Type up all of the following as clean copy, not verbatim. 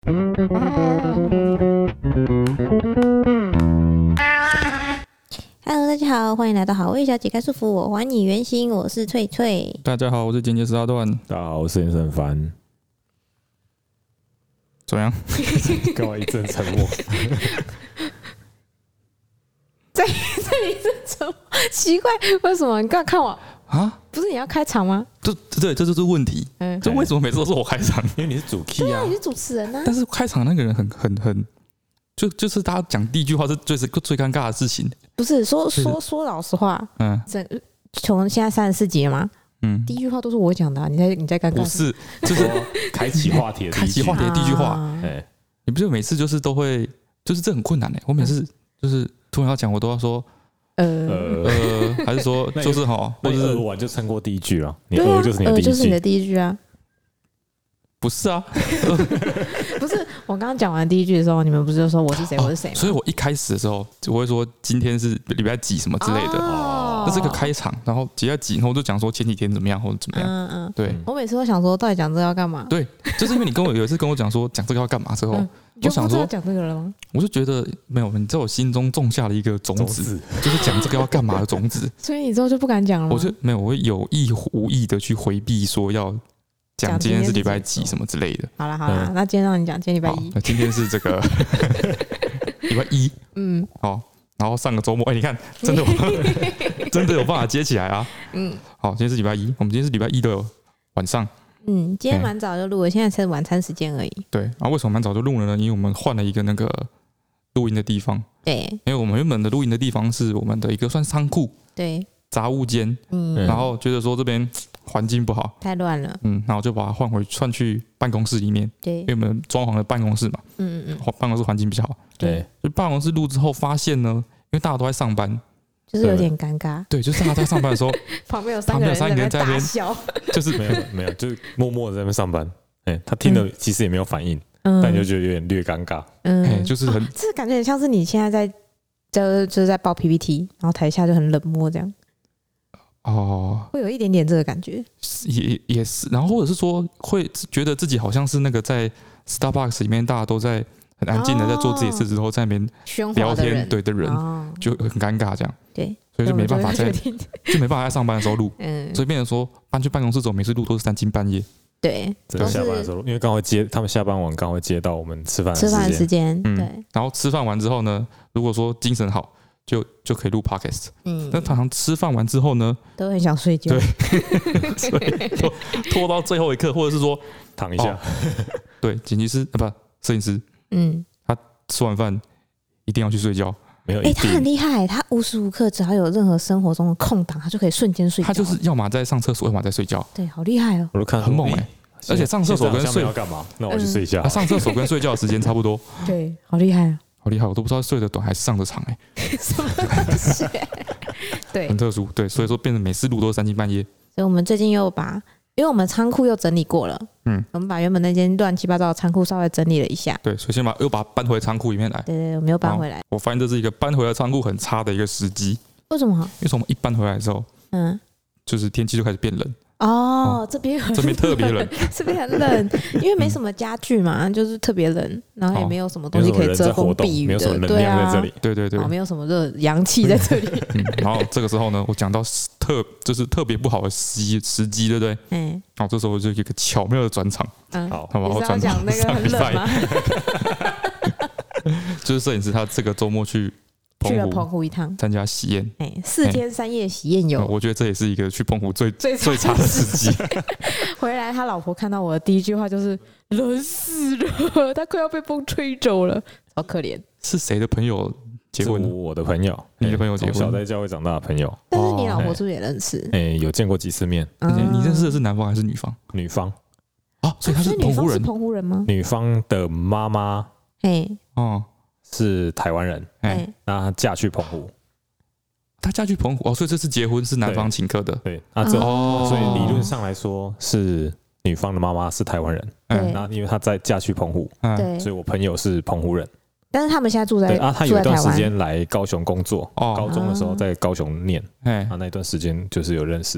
Hello， 大家好，欢迎来到好味小姐开束缚，我还你原形，我是翠翠。 大家好，我是剪辑师阿段。 大家好，我是严胜凡。 怎么样？ 干嘛一阵沉默？ 这里是什么？奇怪，为什么？你刚看我啊？ 不是你要开场吗？ 对，这就是问题。这为什么每次都是我开场？ 因为你是主 key 啊， 你是主持人啊。 但是开场那个人很，就是大家讲第一句话是最尴尬的事情。 不是说老实话，从现在34集了嘛，第一句话都是我讲的、啊，你在尴尬？ 不是，就是开启话题的第一句话。你不是每次就是都会，就是这很困难我每次就是突然要讲，我都要说。还是说就是哈，或者是完就撑过第一句了，你就是你的第一句， 就是你的第一句啊。 不是啊， 不是我刚刚讲完第一句的时候，你们不是就说我是谁，我是谁吗？ 所以我一开始的时候我会说今天是礼拜几什么之类的，那这个开场，然后几月几，然后我就讲说前几天怎么样或者怎么样。对， 我每次都想说，到底讲这个要干嘛？ 对，就是因为你有一次跟我讲说讲这个要干嘛之后，我想说讲这个了吗？ 我就觉得没有，你在我心中种下了一个种子，就是讲这个要干嘛的种子。 所以你之后就不敢讲了吗？ 我就没有，我会有意无意的去回避说要讲今天是礼拜几什么之类的。 好啦，那今天让你讲，今天礼拜一。 今天是这个礼拜一。然后上个周末，你看，真的有办法接起来啊。好，今天是礼拜一，我们今天是礼拜一的晚上。 今天蛮早就录了，现在才晚餐时间而已。 对，然后为什么蛮早就录了呢？因为我们换了一个那个录音的地方。 对， 因为我们原本的录音的地方是我们的一个算仓库， 对， 杂物间。然后觉得说这边环境不好， 太乱了。 然后就把它换去办公室里面。对，因为我们装潢的办公室嘛。办公室环境比较好。 对， 就办公室录之后发现呢，因为大家都在上班。 就是有点尴尬， 对，就是他在上班的时候， 旁边有三个人在那边大笑， 就是没有，就是默默的在那边上班。他听了其实也没有反应，但你就觉得有点略尴尬。 就是很， 这感觉很像是你现在就是在报 PPT， 然后台下就很冷漠这样。会有一点点这个感觉， 也是，然后或者是说会觉得自己好像是那个在 Starbucks 里面大家都在很安静的在做自己的事之后，在那边聊天的人，就很尴尬这样。对，所以就没办法在上班的时候录。所以变成说搬去办公室之后，每次录都是3更半夜。对， 在下班的时候，因为刚好他们下班完，刚好接到我们吃饭的时间。对， 然后吃饭完之后呢，如果说精神好，就可以录 podcast。但常常吃饭完之后呢， 都很想睡觉。 对，所以拖到最后一刻，或者是说躺一下。 对，剪辑师摄影师。他吃完饭一定要去睡觉。 没有， 他很厉害，他无时无刻只要有任何生活中的空档，他就可以瞬间睡觉。 他就是要么在上厕所，要么在睡觉。 对，好厉害哦！ 我都看很猛而且上厕所跟睡要干嘛？那我去睡一下。 上厕所跟睡觉的时间差不多。 对，好厉害啊！ 好厉害，我都不知道睡得短还是上得长什么东西？对， 很特殊。对，所以说变成每次录都是3更半夜。 所以我们最近因为我们仓库又整理过了，我们把原本那间乱七八糟的仓库稍微整理了一下。 对，所以先又把它搬回仓库里面来。 对，我们又搬回来。 我发现这是一个搬回来仓库很差的一个时机。 为什么？ 因为从我们一搬回来的时候，就是天气就开始变冷。 这边特别冷， 这边很冷，因为没什么家具嘛，就是特别冷，然后也没有什么东西可以遮风避雨的， 没有什么能量在这里， 对， 没有什么阳气在这里。 然后这个时候呢，我讲到就是特别不好的时机，对不对？然后这时候我就有一个巧妙的转场， 好，我转讲那个很冷吗？ 就是摄影师他这个周末去了澎湖一趟， 参加喜宴 ，4天3夜喜宴游。 我觉得这也是一个去澎湖最差的时机。 回来他老婆看到我的第一句话就是冷死了，他快要被风吹走了，好可怜。 是谁的朋友结婚？ 我的朋友， 你的朋友结婚， 从小在教会长大的朋友。 但是你老婆是不是也认识？ 有见过几次面。 你认识的是男方还是女方？ 女方。 所以他是澎湖人。 是澎湖人吗？ 女方的妈妈是台湾人，那她嫁去澎湖。 她嫁去澎湖所以这次结婚是男方请客的。 对，所以理论上来说是女方的妈妈是台湾人。那因为她在嫁去澎湖，所以我朋友是澎湖人。 但是他们现在住在他有一段时间来高雄工作，高中的时候在高雄念，那段时间就是有认识这样。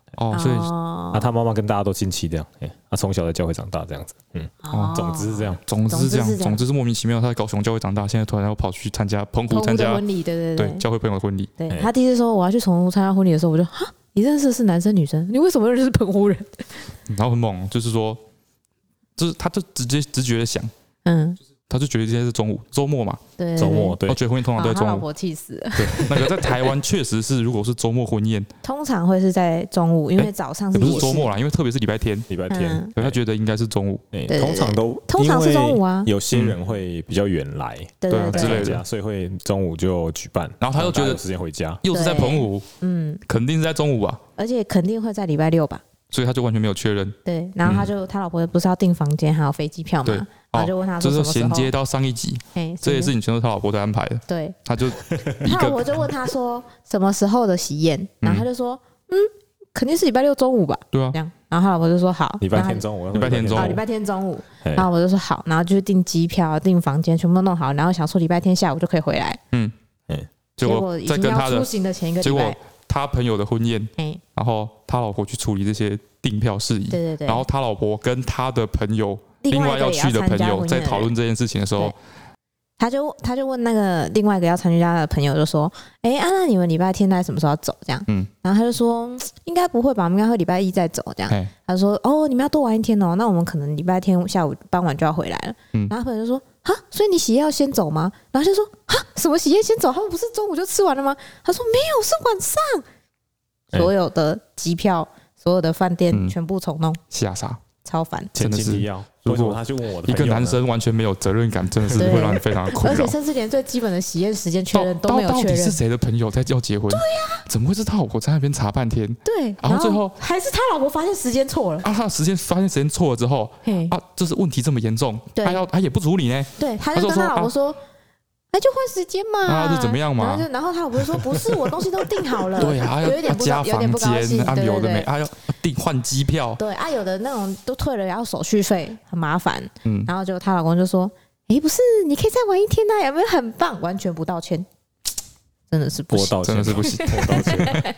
所以他妈妈跟大家都亲戚这样，他从小在教会长大这样子，总之是这样， 总之是莫名其妙，他在高雄教会长大，现在突然要跑去参加澎湖参加婚礼，对， 教会朋友的婚礼。 对，他第一次说我要去澎湖参加婚礼的时候，我就哈，你认识的是男生女生？你为什么认识澎湖人？ 然后很猛，就是说，他就直觉的想，他就觉得今天是周末嘛， 对， 周末对， 结婚通常都在中午， 他老婆气死了。 对，那个在台湾确实是，如果是周末婚宴， 通常会是在中午，因为早上是不是周末啦，因为特别是礼拜天，对，他觉得应该是中午， 通常是中午啊， 有些人会比较远来， 对之类的， 所以会中午就举办， 然后他又觉得有时间回家， 又是在澎湖，肯定是在中午吧， 而且肯定会在礼拜六吧。 所以他就完全没有确认。 对，然后他老婆不是要订房间还有飞机票嘛？然后就问他说什么时候， 这是衔接到上一集，这些事情全都是他老婆在安排的。 对， 他老婆就问他说什么时候的喜宴，然后他就说肯定是礼拜六中午吧。 对啊， 这样，然后他老婆就说好， 礼拜天中午， 礼拜天中午，然后我就说好，然后就订机票、订房间，全部都弄好，然后想说礼拜天下午就可以回来。结果已经要出行的前一个礼拜。 他朋友的婚宴，然后他老婆去处理这些订票事宜， 对， 然后他老婆跟他的朋友，另外要去的朋友在讨论这件事情的时候， 他就问那个另外一个要参加的朋友就说：“那你们礼拜天大概什么时候要走？”这样，然后他就说：“应该不会吧，我们应该会礼拜一再走。”这样，他说：“哦，你们要多玩一天哦，那我们可能礼拜天下午傍晚就要回来了。”然后朋友就说：“哈，所以你喜宴要先走吗？”然后就说：“哈，什么喜宴先走？他们不是中午就吃完了吗？”他说：“没有，是晚上。”所有的机票、所有的饭店全部重弄， 吓傻， 超烦， 真的是。 如果他去问我的一个男生完全没有责任感，真的是会让你非常的困扰， 而且甚至连最基本的喜宴时间确认都没有确认。 到底是谁的朋友在要结婚？对呀， 怎么会是他老婆在那边查半天？ 对， 然后最后还是他老婆发现时间错了啊！他发现时间错了之后，这是问题这么严重，他也不处理呢？ 对，他就跟他老婆说。就换时间嘛， 是怎么样嘛？ 然后他老婆说不是，我东西都订好了。 对啊， 有点加房间，有的没，要订换机票。 对啊，有的那种都退了，要手续费，很麻烦。然后就她老公就说：“不是，你可以再玩一天啊，有没有很棒？”完全不道歉，真的是不行， 真的是不行， 我道歉。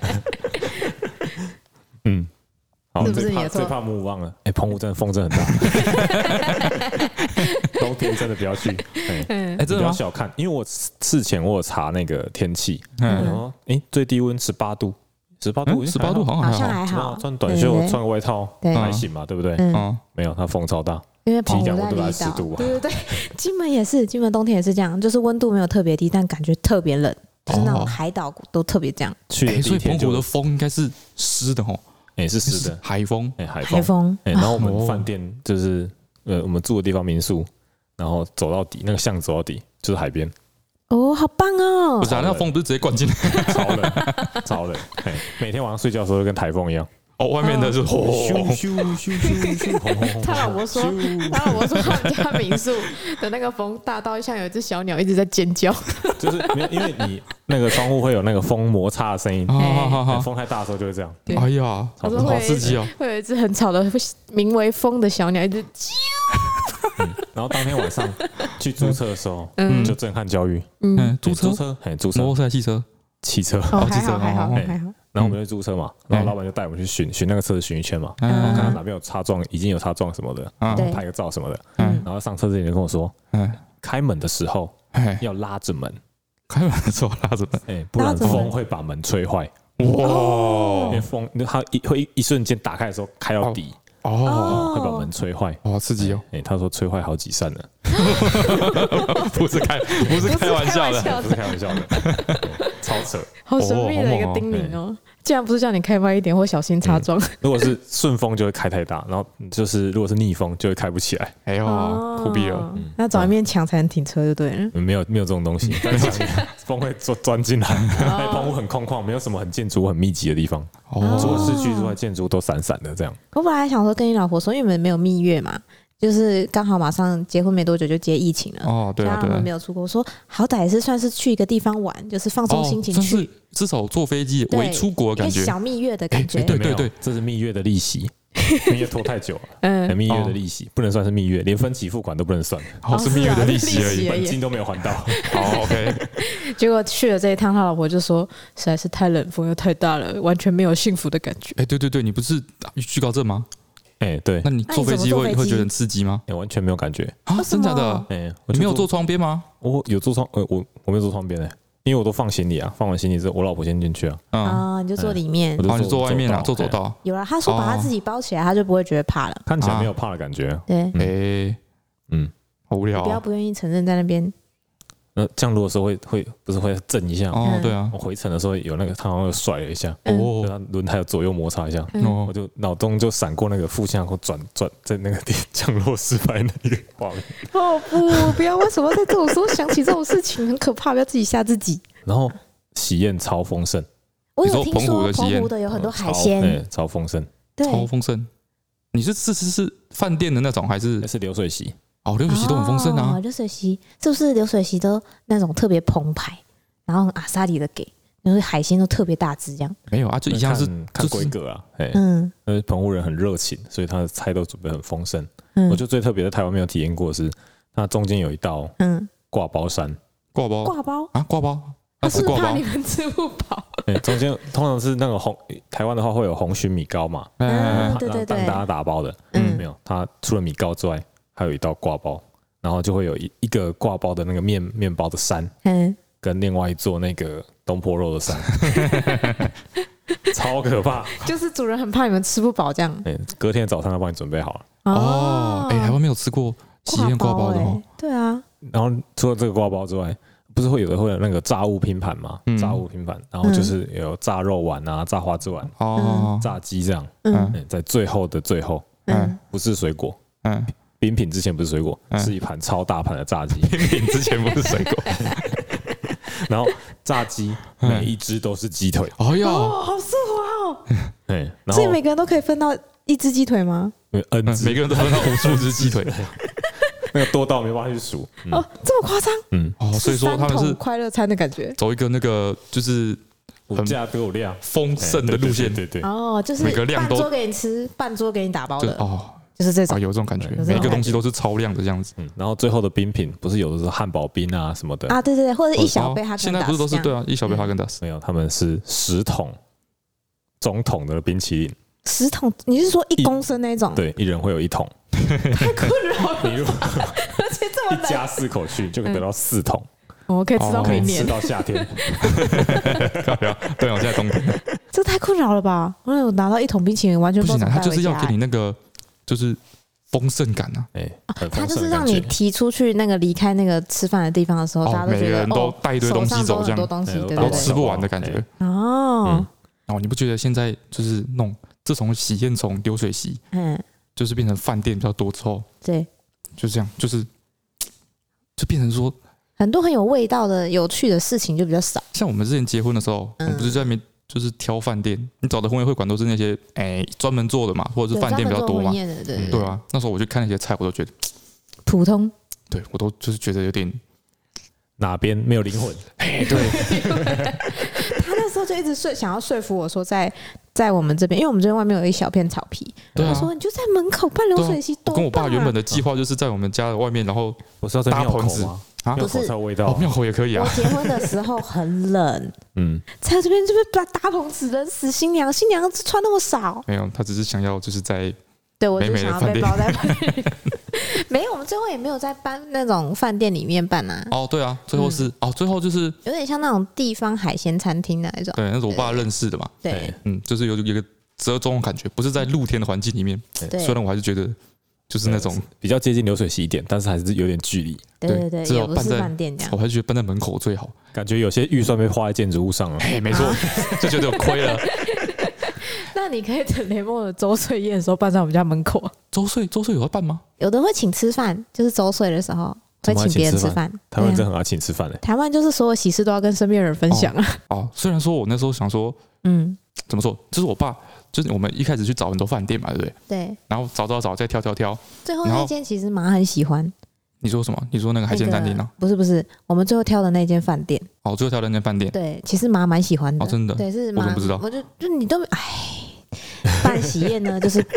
好， 是不是你的错？ 最怕目忘了。澎湖真的风真的很大，冬天真的不要去。真的不要小看，因为我事前我有查那个天气，最低温18度，18 度好像还好， 穿短袖穿个外套还行嘛，对不对？没有，它风超大， 因为澎湖在温度在10度。 对，金门也是，金门冬天也是这样，就是温度没有特别低，但感觉特别冷，就是那种海岛都特别这样。 所以澎湖的风应该是湿的吼。 是湿的海风， 海风。 然后我们饭店就是我们住的地方民宿，然后走到底那个巷子走到底就是海边。 哦，好棒哦！ 不是啊，那风不是直接灌进来， 超冷。每天晚上睡觉的时候就跟台风一样。 外面的是咻咻咻咻。 他老婆说他们家民宿的那个风大到像有一只小鸟一直在尖叫， 就是因为你那个窗户会有那个风摩擦的声音，风太大的时候就会这样。 哎呀，好刺激哦！ 会有一只很吵的名为风的小鸟一直啾。 然后当天晚上去租车的时候，就震撼教育。 租车，摩托车、汽车， 还好。 然后我们就租车嘛，然后老板就带我们去巡那个车子巡一圈嘛，然后看看哪边有擦撞，已经有擦撞什么的，拍个照什么的。然后上车之前就跟我说，开门的时候要拉着门，不然风会把门吹坏。哇！因为风它会一瞬间打开的时候开到底。会把门吹坏， 刺激哦！ 他说吹坏好几扇了， 不是开玩笑的， 不是开玩笑的，超扯， 好神秘的一个叮咛哦！竟然不是叫你开慢一点或小心擦撞。 如果是顺风就会开太大，然后就是如果是逆风就会开不起来。 哎呦，酷毙了！ 那找一面墙才能停车就对了。 没有这种东西，风会钻进来。澎湖很空旷，没有什么很建筑很密集的地方。除了市区之外，建筑都散散的这样。 我本来想说跟你老婆说，因为你们没有蜜月嘛。就是刚好马上结婚没多久就接疫情了， 对啊， 他们没有出国，说好歹也是算是去一个地方玩，就是放松心情去， 至少坐飞机为出国的感觉， 小蜜月的感觉， 对， 这是蜜月的利息。 蜜月拖太久了，蜜月的利息不能算是蜜月，连分期付款都不能算， 是蜜月的利息而已， 本金都没有还到。 好 ，OK。 结果去了这一趟，他老婆就说实在是太冷，风又太大了，完全没有幸福的感觉。 对，你不是惧高症吗？ 对。 那你坐飞机会觉得很刺激吗？ 完全没有感觉啊，真假的？你没有坐窗边吗？ 我有坐窗，我没有坐窗边因为我都放行李啊，放完行李之后，我老婆先进去啊。你就坐里面， 你就坐外面啊，坐走道。 有了，他说把他自己包起来，他就不会觉得怕了。 看起来没有怕的感觉。 对， 好无聊。 不愿意承认在那边。 降落的时候会不是会震一下？ 对啊。 我回程的时候有那个，他好像又甩了一下，他轮胎有左右摩擦一下，我就脑中就闪过那个副驾转在那个降落失败那个画面。 不要！为什么在这种时候想起这种事情？很可怕，不要自己吓自己。 然后喜宴超丰盛， 我有听说澎湖的有很多海鲜， 超丰盛， 超丰盛。你是饭店的那种还是流水席？ 流水席都很丰盛啊！ 流水席是不是流水席都那种特别澎湃，然后阿萨里的给，就是海鲜都特别大只这样？ 没有啊，就一样是看规格啊。澎湖人很热情，所以他的菜都准备很丰盛。我觉得最特别的台湾没有体验过的是，它中间有一道挂包山， 挂包， 他是怕你们吃不饱。 中间通常是那个台湾的话会有红鲟米糕嘛， 对， 当大家打包的。没有，它除了米糕之外，还有一道挂包，然后就会有一个挂包的那个面包的山，跟另外一座那个东坡肉的山，超可怕。 就是主人很怕你们吃不饱这样。 隔天的早餐他帮你准备好了。 台湾没有吃过喜宴挂包的哦。 对啊。 然后除了这个挂包之外，不是会有那个炸物拼盘吗？炸物拼盘，然后就是有炸肉丸啊、炸花枝丸、炸鸡这样。在最后的最后，不是水果。冰品之前不是水果，是一盘超大盘的炸鸡。 冰品之前不是水果， 然后炸鸡每一只都是鸡腿。 好舒服哦！所以每个人都可以分到一只鸡腿吗？ 每个人都分到无数只鸡腿， 那个多到没办法去数。 这么夸张？ 所以说他们是快乐餐的感觉， 走一个那个就是很价给我量丰盛的路线。 对， 就是每个量都半桌给你吃，半桌给你打包的。就是这种有这种感觉，每个东西都是超量的这样子。 然后最后的冰品不是有的是汉堡冰啊什么的啊，对，或者一小杯哈根达斯。 现在不是都是对啊，一小杯哈根达斯。 没有，他们是10桶中桶的冰淇淋。 10桶？你是说1公升那种？ 对，一人会有1桶。 太困扰了，而且这么一家4口去就可以得到4桶。 我可以吃到明年， 吃到夏天。 对，我现在冬天。 这太困扰了吧？我拿到1桶冰淇淋，完全不行， 他就是要给你那个。就是丰盛感啊！ 他就是让你提出去那个离开那个吃饭的地方的时候，大家都觉得每个人都带一堆东西走，这样都吃不完的感觉。你不觉得现在就是弄自从喜宴从流水席，就是变成饭店比较多之后， 对， 就这样，就变成说很多很有味道的有趣的事情就比较少。 像我们之前结婚的时候，我们不是在那边。就是挑饭店，你找的婚宴会馆都是那些专门做的嘛，或者是饭店比较多嘛，对啊。那时候我去看那些菜，我都觉得普通， 对我都就是觉得有点哪边没有灵魂。 对， 他那时候就一直想要说服我说在我们这边，因为我们这边外面有一小片草皮，他说你就在门口办流水席。 我跟我爸原本的计划就是在我们家的外面，然后我是要在搭棚子。 不是味道， 庙口也可以啊。 我结婚的时候很冷，在这边搭棚子冷死新娘穿那么少。 没有，他只是想要就是在对我就想要被包在饭店。没有，我们最后也没有在办那种饭店里面办啊。 对啊，最后是最后就是有点像那种地方海鲜餐厅的那种。 对，那是我爸认识的嘛。 对， 就是有一个折中的感觉，不是在露天的环境里面。虽然我还是觉得。就是那种比较接近流水席一点，但是还是有点距离。 对，也不是饭店这样。 我还是觉得办在门口最好， 感觉有些预算被花在建筑物上了。 没错，就觉得有亏了。 那你可以等雷梦的周岁宴的时候办在我们家门口。 周岁有要办吗？ 有的会请吃饭，就是周岁的时候会请别人吃饭。 台湾真很爱请吃饭台湾就是所有喜事都要跟身边人分享啊。虽然说我那时候想说，怎么说，就是我爸。就是我们一开始去找很多饭店嘛，对不对？ 对。 然后找，再挑， 最后那间其实妈很喜欢。 你说什么？你说那个海鲜餐厅呢？ 不是，我们最后挑的那间饭店。 最后挑的那间饭店。 对，其实妈蛮喜欢的。 真的。 对，是妈。我怎么不知道？ 就你都办喜宴呢，就是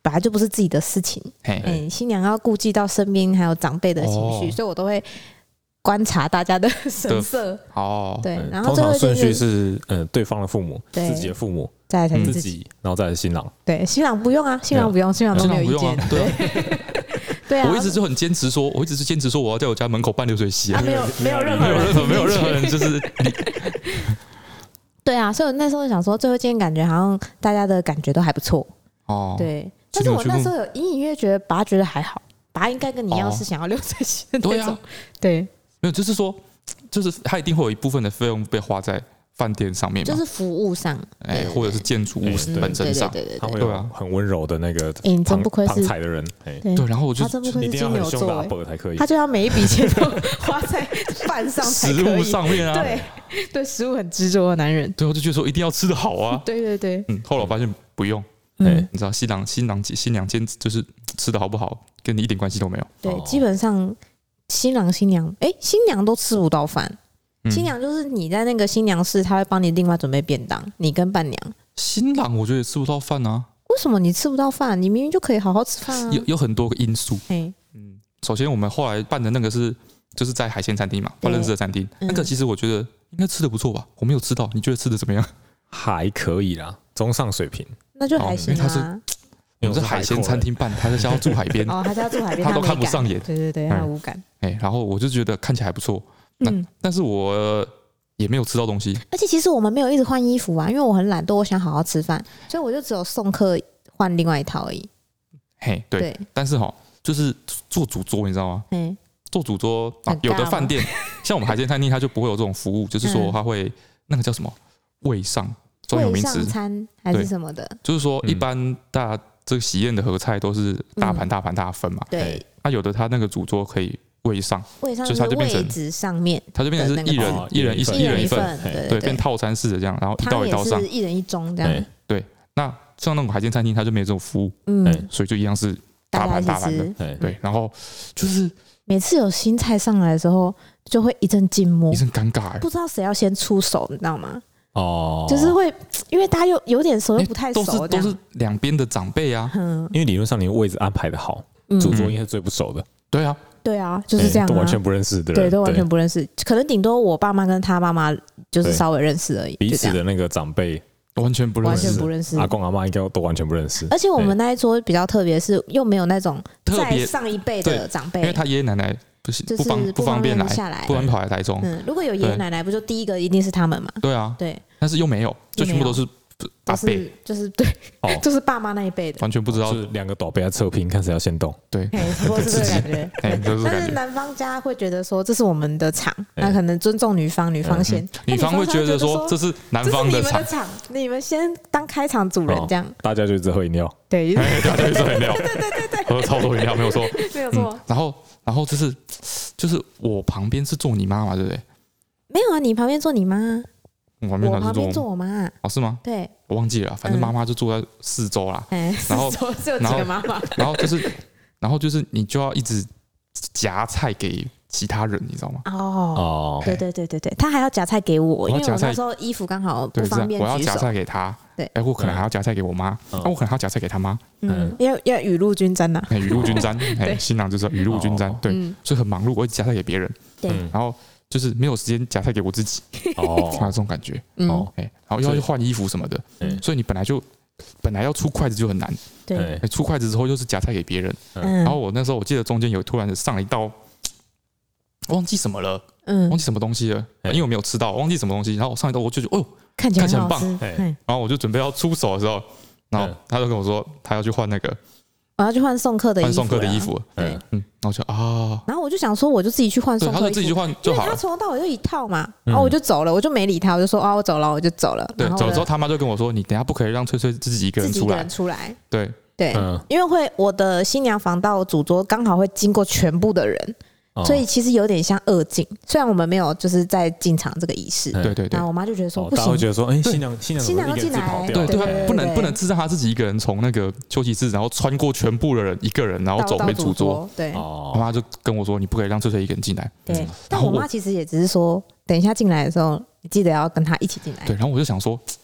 本来就不是自己的事情，新娘要顾及到身边还有长辈的情绪，所以我都会观察大家的神色。对，然后通常顺序是对方的父母，自己的父母， 再来才是自己，然后再来是新郎。 对，新郎不用啊，新郎不用，新郎都没有意见。对啊， 我一直就很坚持说，我要在我家门口办流水席啊， 没有任何人就是。 对啊，所以我那时候想说，最后今天感觉好像大家的感觉都还不错对。但是我那时候有隐隐约觉得，爸觉得还好，爸应该跟你一样是想要流水席的那种。对， 没有，就是说，就是他一定会有一部分的费用被花在饭店上面嘛， 就是服务上， 或者是建筑物本身上， 他会有很温柔的那个真不愧是旁采的人， 对，然后我就他真不愧是金牛座才可以， 他就要每一笔钱都花在饭上才可以， 食物上面啊， 对，食物很执着的男人， 对，我就觉得说一定要吃得好啊， 对， 后来我发现不用，你知道新娘间就是吃的好不好，跟你一点关系都没有， 对，基本上新娘都吃不到饭。新娘就是你在那个新娘室，他会帮你另外准备便当，你跟伴娘。 新郎我觉得也吃不到饭啊。 为什么你吃不到饭？你明明就可以好好吃饭啊。 有很多个因素。首先我们后来办的那个就是在海鲜餐厅嘛，我认识的餐厅。那个其实我觉得应该吃的不错吧，我没有吃到，你觉得吃的怎么样？ 还可以啦，中上水平。 那就还行啊。 我们是海鲜餐厅办，他是要住海边， 他是要住海边， 他都看不上眼。 对，他无感。 然后我就觉得看起来还不错。但是我也没有吃到东西， 而且其实我们没有一直换衣服啊，因为我很懒惰，我想好好吃饭，所以我就只有送客换另外一套而已。 对，但是就是做主桌，你知道吗？做主桌有的饭店像我们海鲜餐厅，它就不会有这种服务，就是说它会那个叫什么位上专有名词餐还是什么的， 就是说一般大家这个喜宴的合菜都是大盘大家分嘛， 对， 有的它那个主桌可以。位上就是它就变成位置上面， 它就变成是一人一份，对，变套餐式的这样，然后一道一道上， 一人一盅这样。 对，那像那种海鲜餐厅，它就没有这种服务，所以就一样是大盘的，对，然后就是每次有新菜上来的时候，就会一阵静默， 一阵尴尬， 不知道谁要先出手，你知道吗？就是会因为大家有点熟又不太熟， 都是两边的长辈啊， 因为理论上你的位置安排的好，主桌应该是最不熟的， 对啊，就是这样， 都完全不认识的人， 对，都完全不认识，可能顶多我爸妈跟他妈妈就是稍微认识而已， 彼此的那个长辈完全不认识， 阿公阿妈应该都完全不认识。 而且我们那一桌比较特别，是又没有那种在上一辈的长辈， 因为他爷爷奶奶不方便来，不能跑来台中。 如果有爷爷奶奶，不就第一个一定是他们嘛？ 对啊，但是又没有，就全部都是。阿伯就是对，就是爸妈那一辈的， 完全不知道， 是两个倒辈在测评，看谁要先动。 对， 不过是这个感觉。但是男方家会觉得说这是我们的场，那可能尊重女方先。 女方会觉得说这是男方的场， 你们先当开场主人这样。 大家就一直喝饮料， 对， 大家就一直喝饮料， 对， 喝超多饮料，没有错， 没有错。 然后就是我旁边是坐你妈嘛，对不对？ 没有啊，你旁边坐你妈。 我旁边坐我妈， 是吗？ 对， 我忘记了，反正妈妈就坐在四周啦。然后只有几个妈妈。 然后就是你就要一直夹菜给其他人，你知道吗？ 对，他还要夹菜给我，因为我那时候衣服刚好不方便举手。 我要夹菜给他，对，我可能还要夹菜给我妈，我可能还要夹菜给他妈。 要雨露均沾呐。 雨露均沾，新郎就是雨露均沾，对，所以很忙碌，我会夹菜给别人。 对， 然后。就是没有时间夹菜给我自己，这种感觉，然后又要去换衣服什么的，所以你本来要出筷子就很难， 对， 出筷子之后又是夹菜给别人，然后我那时候我记得中间有突然上了一道，忘记什么了，忘记什么东西了，因为我没有吃到，忘记什么东西，然后我上一道我就觉得看起来很棒，然后我就准备要出手的时候，然后他就跟我说他要去换那个。 我要去换送客的衣服， 对， 然后就然后我就想说，我就自己去换送客衣服， 他就自己去换就好了。 他从头到尾就一套嘛，然后我就走了，我就没理他，我就说我走了，我就走了。 对，走了之后他妈就跟我说，你等一下不可以让翠翠自己一个人出来。对， 因为我的新娘房到主桌刚好会经过全部的人。所以其实有点像二进，虽然我们没有就是在进场这个仪式， 对。 然后我妈就觉得说不行， 大家会觉得说，新娘都进来， 对，不能让他自己一个人从那个休息室，然后穿过全部的人一个人，然后走回主桌。 对， 我妈就跟我说，你不可以让翠翠一个人进来。 对，但我妈其实也只是说，等一下进来的时候，你记得要跟她一起进来。 对，然后我就想说，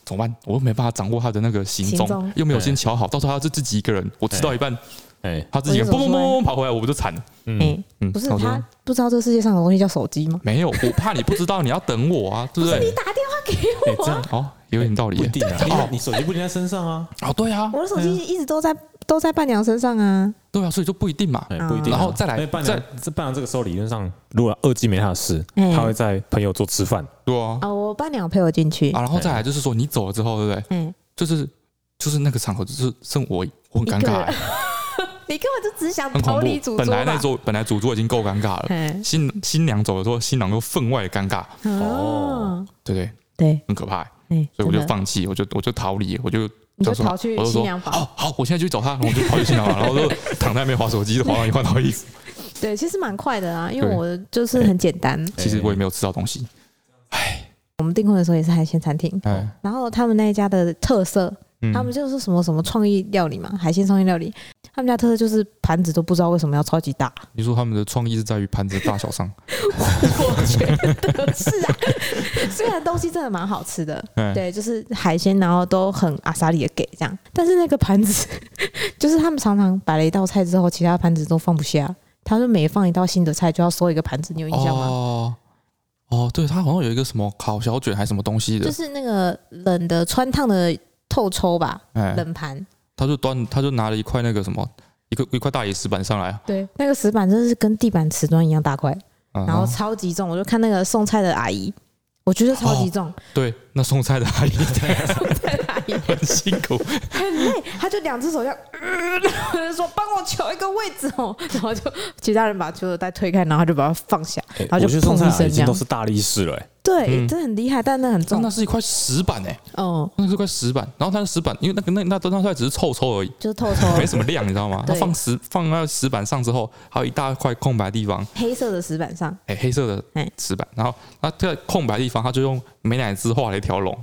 怎么办？我又没办法掌握他的那个行踪，又没有先瞧好，到时候他是自己一个人，我吃到一半，他自己嘣跑回来，我不就惨了？ 不是他不知道这世界上的东西叫手机吗？ 没有，我怕你不知道，你要等我啊，对不对？ 不是你打电话给我哦，有点道理， 不一定啊，你手机不一定在身上啊。 哦，对啊， 我的手机一直都在伴娘身上啊。 对啊，所以就不一定嘛， 不一定。 然后再来， 伴娘这个时候理论上，如果二季没他的事，他会在朋友桌吃饭。 对啊， 我伴娘陪我进去啊，然后再来就是说你走了之后，对不对？就是那个场合，就是剩我很尴尬。 你根本就只想逃离主桌。 本来主桌已经够尴尬了，新娘走的时候，新郎又分外尴尬。哦，对不对？ 对， 很可怕。所以我就放弃，我就逃离，我就逃去新娘房。 好，我现在就去找他，我就跑去新娘房，然后就躺在那边滑手机，滑到一换到衣服。 对，其实蛮快的啊，因为我就是很简单。 其实我也没有吃到东西。 我们订婚的时候也是海鲜餐厅，然后他们那一家的特色，他们就是什么创意料理嘛，海鲜创意料理。他们家特色就是盘子都不知道为什么要超级大。 你说他们的创意是在于盘子的大小上？ 我觉得是啊，虽然东西真的蛮好吃的，对，就是海鲜，然后都很阿萨里的给这样，但是那个盘子，就是他们常常摆了一道菜之后，其他盘子都放不下。他说每放一道新的菜就要收一个盘子，你有印象吗？ 哦，对，他好像有一个什么烤小卷还是什么东西的， 就是那个冷的穿烫的透抽吧，冷盘。他就拿了一块那个什么一块大理石板上来， 对，那个石板真的是跟地板瓷砖一样大块，然后超级重。我就看那个送菜的阿姨，我觉得超级重。 对，那送菜的阿姨， 送菜的阿姨很辛苦， 很累，他就两只手这样，就说帮我求一个位置哦，然后就其他人把球球袋推开，然后他就把它放下，然后就砰一声， 已经都是大力士了。 对，真的很厉害，但那很重。 那是一块石板那是块石板，然后它的石板，因为那块只是臭而已， 就是透抽， 没什么量，你知道吗？它放那石板上之后，还有一大块空白地方， 黑色的石板上， 黑色的石板，然后它在空白地方，它就用美乃滋画了一条龙。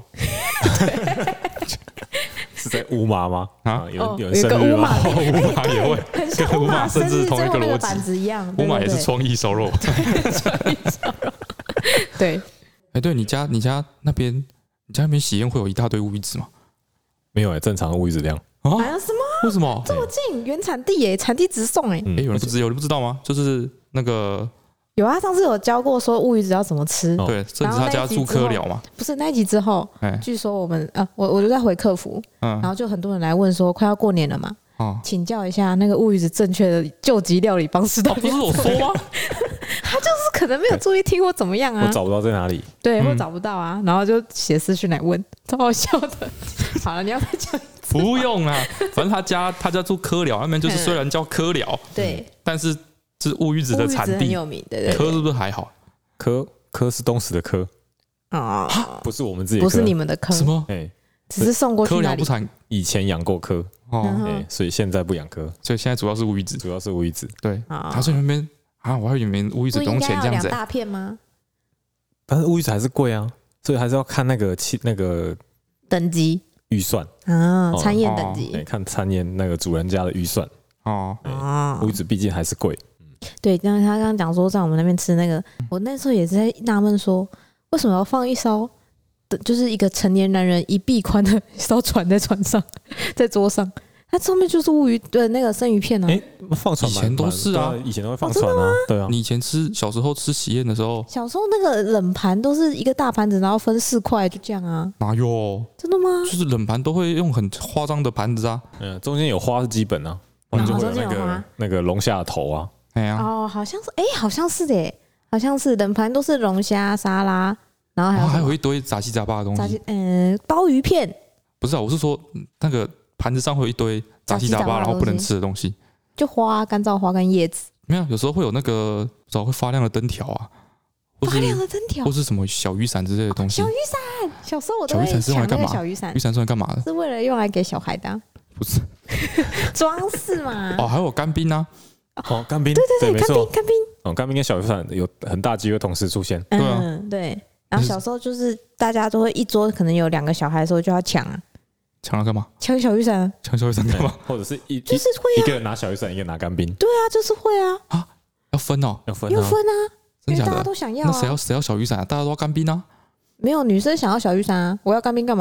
是在乌马吗？有人生日吗？ 乌马也会， 很像乌马甚至同一个逻辑， 板子一样。 乌马也是创意烧肉， 创意烧肉，对。 对你家那边喜宴会有一大堆乌鱼子吗？ 没有正常乌鱼子量啊？什么？ 为什么这么近？原产地耶，产地直送哎！ 有人不知道吗？就是那个有啊，上次有教过说乌鱼子要怎么吃。 对，甚至他家住科寮嘛。 不是那一集之后，据说我们我就在回客服，然后就很多人来问说，快要过年了嘛，请教一下那个乌鱼子正确的救急料理方式到底。 不是我说吗？ 他就是可能没有注意听或怎么样啊， 我找不到在哪里， 对，或找不到啊，然后就写私讯来问，超好笑的。好了，你要再讲一次？ 不用啦，反正他家住科寮那边，就是虽然叫科寮， 对， 但是是乌鱼子的产地， 很有名，对。 科是不是还好？ 科是东石的科啊，不是我们自己， 不是你们的科， 什么？ 只是送过去科寮不产， 以前养过科所以现在不养科， 所以现在主要是乌鱼子，对，他说那边。我还以为乌鱼子不用钱这样子。 2大片吗？ 但是乌鱼子还是贵啊，所以还是要看那个等级预算餐宴等级， 看餐宴那个主人家的预算乌鱼子毕竟还是贵。 对，像他刚刚讲说在我们那边吃那个，我那时候也是在纳闷说，为什么要放一艘就是一个成年男人一臂宽的一艘船在船上，在桌上。它上面就是乌鱼的那个生鱼片啊！ 放船以前都是啊， 以前都会放船啊，对啊。 你以前小时候吃喜宴的时候， 小时候那个冷盘都是一个大盘子，然后分4块，就这样啊。 哪有？ 真的吗？ 就是冷盘都会用很夸张的盘子啊， 中间有花是基本啊，就会有那个龙虾的头啊。 好像是，好像是的，好像是冷盘都是龙虾沙拉，然后还有一堆杂七杂八的东西， 鲍鱼片。 不是啊，我是说那个。盘子上会有一堆杂七杂八，然后不能吃的东西， 就花、干燥花跟叶子。 没有，有时候会有那个会发亮的灯条啊， 发亮的灯条， 或是什么小雨伞之类的东西。 小雨伞，小时候我都会抢那个小雨伞。 雨伞是用来干嘛的？ 是为了用来给小孩的， 不是装饰嘛？ 还有干冰啊！ 干冰， 对， 没错， 干冰。 干冰跟小雨伞有很大机会同时出现。 对啊， 对。然后小时候就是大家都会一桌可能有2个小孩的时候就要抢啊。 抢了干嘛？ 抢小雨伞？ 抢小雨伞干嘛？ 或者是就是会一个人拿小雨伞，一个人拿干冰。 对啊，就是会啊。 要分哦， 要分啊， 真假的？ 大家都想要。 那谁要小雨伞啊？大家都要干冰啊？ 没有，女生想要小雨伞啊，我要干冰干嘛？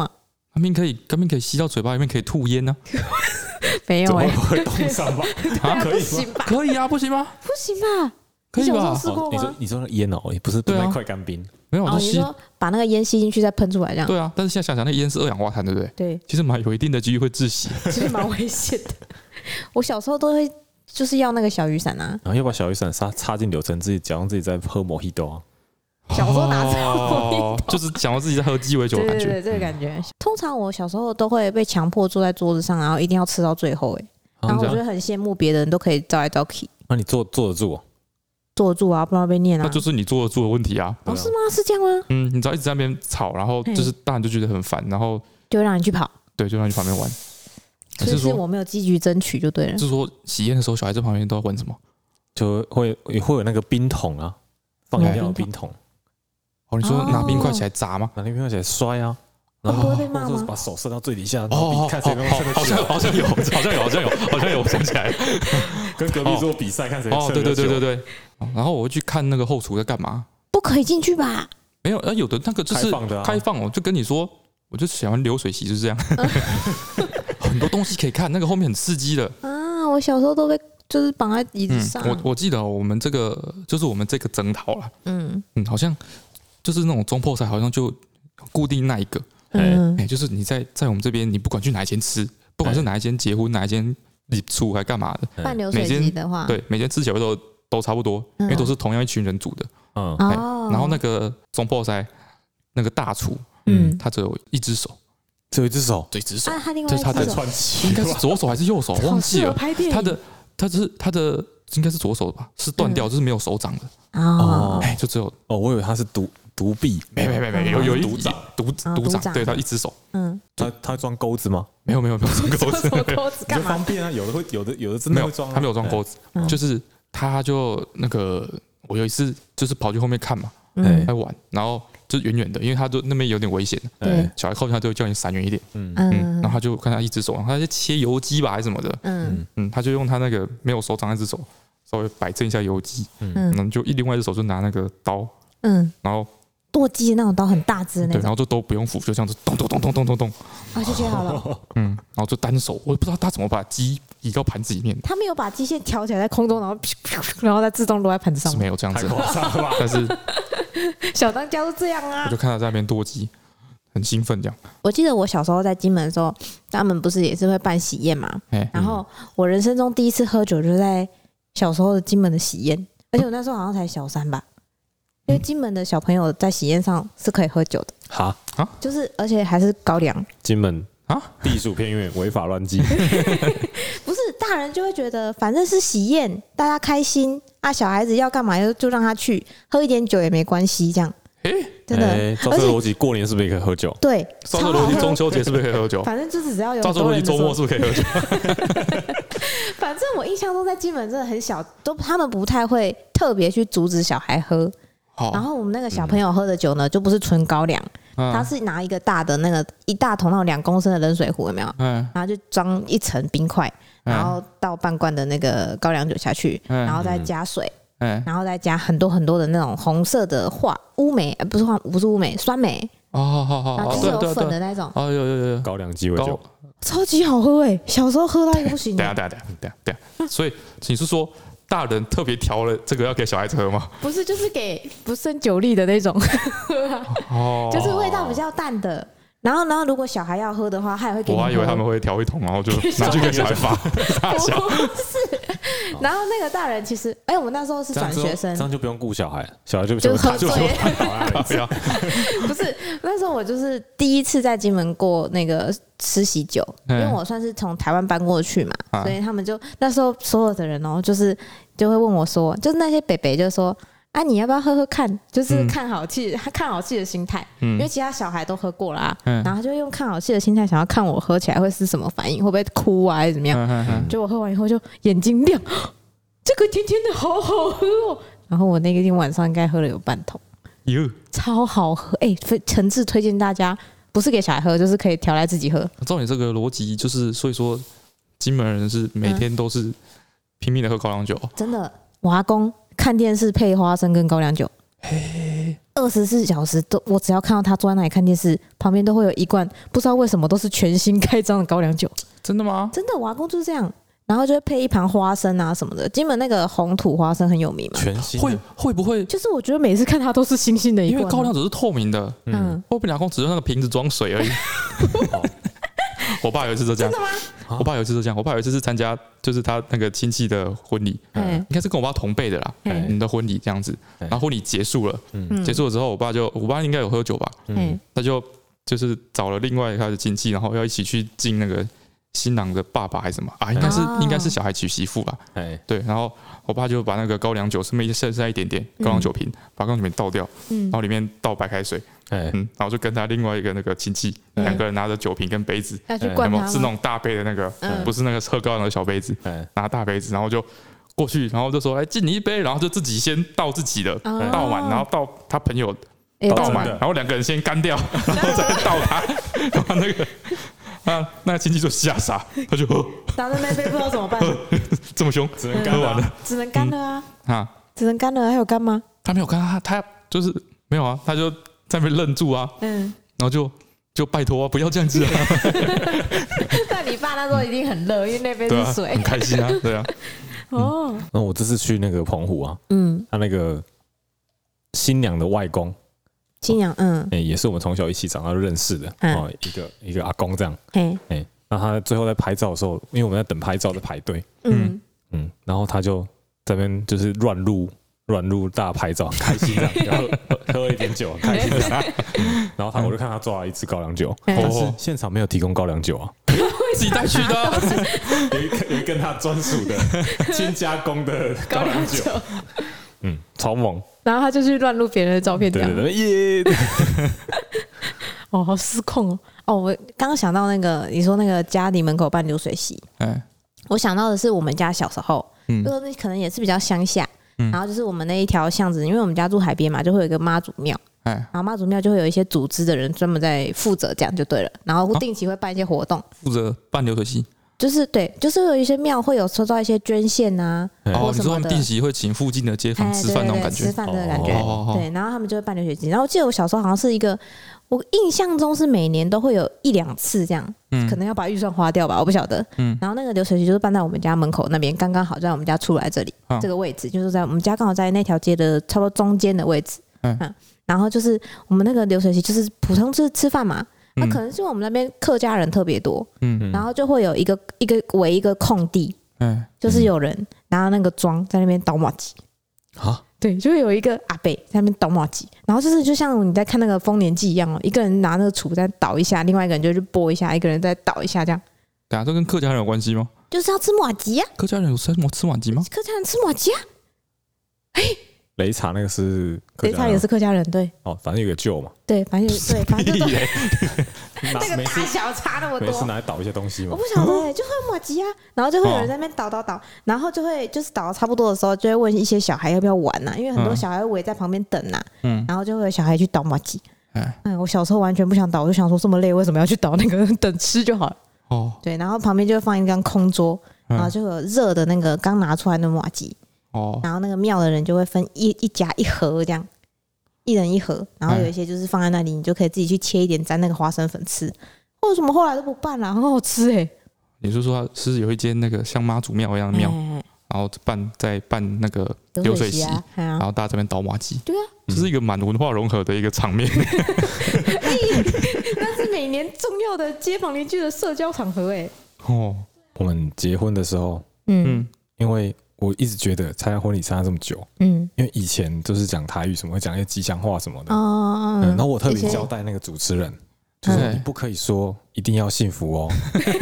干冰可以吸到嘴巴里面，可以吐烟呢。 没有会冻伤吧？ 可以吗？ 可以啊，不行吗？ 不行吧？ 可以吧？ 你说那烟哦，也不是那块干冰， 没有， 你说把那个烟吸进去再喷出来这样。 对啊，但是现在想想，那烟是二氧化碳，对不对？ 对， 其实有一定的几率会窒息， 其实蛮危险的。我小时候都会就是要那个小雨伞啊， 然后要把小雨伞插进柳橙汁，假装自己在喝Mojito啊。 小时候哪知道就是讲到自己在喝鸡尾酒的感觉， 对这个感觉。通常我小时候都会被强迫坐在桌子上，然后一定要吃到最后，然后我就很羡慕别人都可以招来招去。 那你坐得住？ 坐得住啊，不然被念啊。 那就是你坐得住的问题啊。 是吗？是这样吗？ 你只要一直在那边吵，然后就是大人就觉得很烦，然后就让你去跑。 对，就让你去旁边玩。 所以是我没有积极争取就对了。 就是说喜宴的时候，小孩在旁边都要玩什么？ 就会有那个冰桶啊，放饮料的冰桶。 你说拿冰块起来砸吗？ 拿冰块起来摔啊，然后或者把手伸到最底下，看谁能伸得起来。 好像有，我想起来了， 跟隔壁桌比赛看谁。 对。然后我会去看那个后厨在干嘛。 不可以进去吧？ 没有，有的那个就是开放哦，就跟你说，我就喜欢流水席，就是这样。很多东西可以看，那个后面很刺激的啊！我小时候都被就是绑在椅子上。 我记得我们这个就是我们这个整套啦。好像。就是那种中破赛，好像就固定那一个，就是你在我们这边，你不管去哪一间吃，不管是哪一间结婚，哪一间礼出还干嘛的， 办流水席的话， 对，每间吃起来都差不多，因为都是同样一群人煮的，然后那个中破赛那个大厨，他只有一只手， 只有一只手， 对，一只手， 他另外一只手应该是左手还是右手，忘记了，他的应该是左手吧，是断掉，就是没有手掌的，就只有我以为他是独臂， 没有一独掌，对，他一只手， 他装钩子吗？ 没有装钩子， 比较方便啊，有的真的会装， 他没有装钩子，就是他就那个，我有一次就是跑去后面看嘛，在玩，然后就远远的，因为他就那边有点危险，小孩靠近他就会叫你闪远一点，然后他就看他一只手，然后他在切油鸡吧还是什么的，他就用他那个没有手掌那只手稍微摆正一下油鸡，然后就另外一只手就拿那个刀，然后剁鸡的那种刀很大只的那种， 对，然后就都不用扶，就这样子咚， 就切好了。 然后就单手，我也不知道他怎么把鸡移到盘子里面。 他没有把鸡线挑起来在空中，然后再自动落在盘子上。 是没有这样子，但是小当家都这样啊。 我就看他在那边剁鸡，很兴奋这样。 我记得我小时候在金门的时候，他们不是也是会办喜宴嘛？然后我人生中第一次喝酒就是在小时候的金门的喜宴，而且我那时候好像才小3吧。因为金门的小朋友在喜宴上是可以喝酒的，就是而且还是高粱。 金门地处偏远，违法乱纪。 不是大人就会觉得反正是喜宴，大家开心啊，小孩子要干嘛就让他去喝一点酒也没关系，这样。真的。 照这个逻辑，过年是不是也可以喝酒？ 对， 照这个逻辑，中秋节是不是可以喝酒？ 反正就是只要有。 照这个逻辑，周末是不是可以喝酒？ 反正我印象中在金门真的很小，他们不太会特别去阻止小孩喝。然后我们那个小朋友喝的酒呢，就不是纯高粱，他是拿一个大的那个一大桶那种2公升的冷水壶，有没有？然后就装一层冰块，然后倒半罐的那个高粱酒下去，然后再加水，然后再加很多很多的那种红色的乌梅，不是乌梅，酸梅，然后就是有粉的那种， 有高粱鸡尾酒， 超级好喝小时候喝到一个不行。 等下，所以你是说？大人特别调了这个要给小孩子喝吗？ 不是，就是给不胜酒力的那种，就是味道比较淡的。然后如果小孩要喝的话，他也会给你喝。 我还以为他们会调一桶，然后就拿去给小孩发。 不是，然后那个大人其实，我们那时候是转学生， 这样就不用顾小孩，小孩就喝醉。 不是，那时候我就是第一次在金门过那个吃喜酒，因为我算是从台湾搬过去嘛，所以他们就那时候所有的人就会问我说，就是那些北北就说。你要不要喝喝看？就是看好气的心态，因为其他小孩都喝过了然后他就用看好气的心态，想要看我喝起来会是什么反应，会不会哭啊，还是怎么样？就我喝完以后就眼睛亮，这个甜甜的好好喝哦。然后我那个天晚上应该喝了有半桶，超好喝，诚挚推荐大家，不是给小孩喝，就是可以调来自己喝。 照你这个逻辑，就是所以说金门人是每天都是拼命的喝高粱酒， 真的，我阿公。看电视配花生跟高粱酒， 24小时都，我只要看到他坐在那里看电视，旁边都会有一罐不知道为什么都是全新开张的高粱酒。 真的吗？ 真的，我阿公就是这样，然后就会配一盘花生啊什么的。金门那个红土花生很有名嘛， 全新会不会？ 就是我觉得每次看它都是新兴的一罐， 因为高粱酒是透明的，会不会阿公只用那个瓶子装水而已？我爸有一次就这样， 真的吗？ 我爸有一次就这样，我爸有一次是参加就是他那个亲戚的婚礼，应该是跟我爸同辈的啦，的婚礼这样子。然后婚礼结束了，结束了之后，我爸应该有喝酒吧，他就是找了另外一个亲戚，然后要一起去敬那个新郎的爸爸还是什么啊？应该是小孩娶媳妇吧？对，然后我爸就把那个高粱酒剩下一点点高粱酒瓶，把高粱酒瓶倒掉，然后里面倒白开水。然后就跟他另外一个那个亲戚，两个人拿着酒瓶跟杯子，是那种大杯的那个，不是那个喝高粱的小杯子，拿大杯子，然后就过去，然后就说：“哎，敬你一杯。”然后就自己先倒自己的，倒满，然后倒他朋友倒满，然后两个人先干掉，然后再倒他，然后那个亲戚就吓傻，他就打的那杯不知道怎么办， 这么凶，喝完了， 只能干了啊，只能干了，还有干吗？ 他没有干，他就是没有啊，他就。在那边愣住啊，然后就拜托啊，不要这样子啊。 但你爸那时候一定很乐，因为那边是水， 很开心啊，对啊。 然后我这次去那个澎湖啊，他那个新娘的外公， 新娘， 也是我们从小一起长大认识的，一个阿公这样，那他最后在拍照的时候，因为我们在等拍照在排队，然后他就在那边就是乱入大拍照，开心这样，然后喝了一点酒，开心这样。然后我就看他抓了一支高粱酒，但是现场没有提供高粱酒啊， 自己带去的， 有一根他专属的精加工的高粱酒，超猛。 然后他就去乱录别人的照片， 对耶！ 哦，好失控哦！我刚刚想到那个，你说那个家里门口办流水席，我想到的是我们家小时候，那可能也是比较乡下。然后就是我们那一条巷子，因为我们家住海边嘛，就会有一个妈祖庙，然后妈祖庙就会有一些组织的人专门在负责这样就对了，然后定期会办一些活动， 负责办流水席， 就是对，就是有一些庙会有收到一些捐献啊， 你说他们定期会请附近的街坊吃饭那种感觉， 吃饭的感觉，对，然后他们就会办流水席，然后我记得我小时候好像是一个，我印象中是每年都会有1-2次这样，可能要把预算花掉吧，我不晓得。然后那个流水席就是办在我们家门口那边，刚刚好在我们家出来这里这个位置，就是在我们家刚好在那条街的差不多中间的位置。然后就是我们那个流水席就是普通吃饭嘛，那可能是因为我们那边客家人特别多，然后就会有一个围一个空地，就是有人拿那个桩在那边倒麻糬啊。对，就会有一个阿伯在那边倒麻糬，然后就像你在看那个丰年祭一样哦，一个人拿那个杵在倒一下，另外一个人就去拨一下，一个人再倒一下，这样。 对啊，这跟客家人有关系吗？ 就是要吃麻糬啊！ 客家人有吃麻糬吗？ 客家人吃麻糬啊！ 擂茶那个是擂茶也是客家人，对。 反正有个臼嘛。 对，反正那个大小差那么多， 每次拿来倒一些东西嘛。 我不晓得，就会有麻糬啊，然后就会有人在那边倒，然后就会就是倒到差不多的时候，就会问一些小孩要不要玩呐，因为很多小孩会围在旁边等呐，然后就会有小孩去倒麻糬。我小时候完全不想倒，我就想说这么累，为什么要去倒那个？等吃就好了。对，然后旁边就会放一张空桌，然后就有热的那个刚拿出来的麻糬。然后那个庙的人就会分一家一盒这样，一人一盒，然后有一些就是放在那里，你就可以自己去切一点沾那个花生粉吃。为什么后来都不办了？很好吃你是说是有一间那个像妈祖庙一样的庙，然后在办那个流水席，然后大家这边倒麻糬， 对啊， 这是一个蛮文化融合的一个场面。 那是每年重要的街坊邻居的社交场合我们结婚的时候，因为我一直觉得参加婚礼参加这么久，因为以前都是讲台语，什么会讲一些吉祥话什么的，然后我特别交代那个主持人，就是你不可以说一定要幸福哦。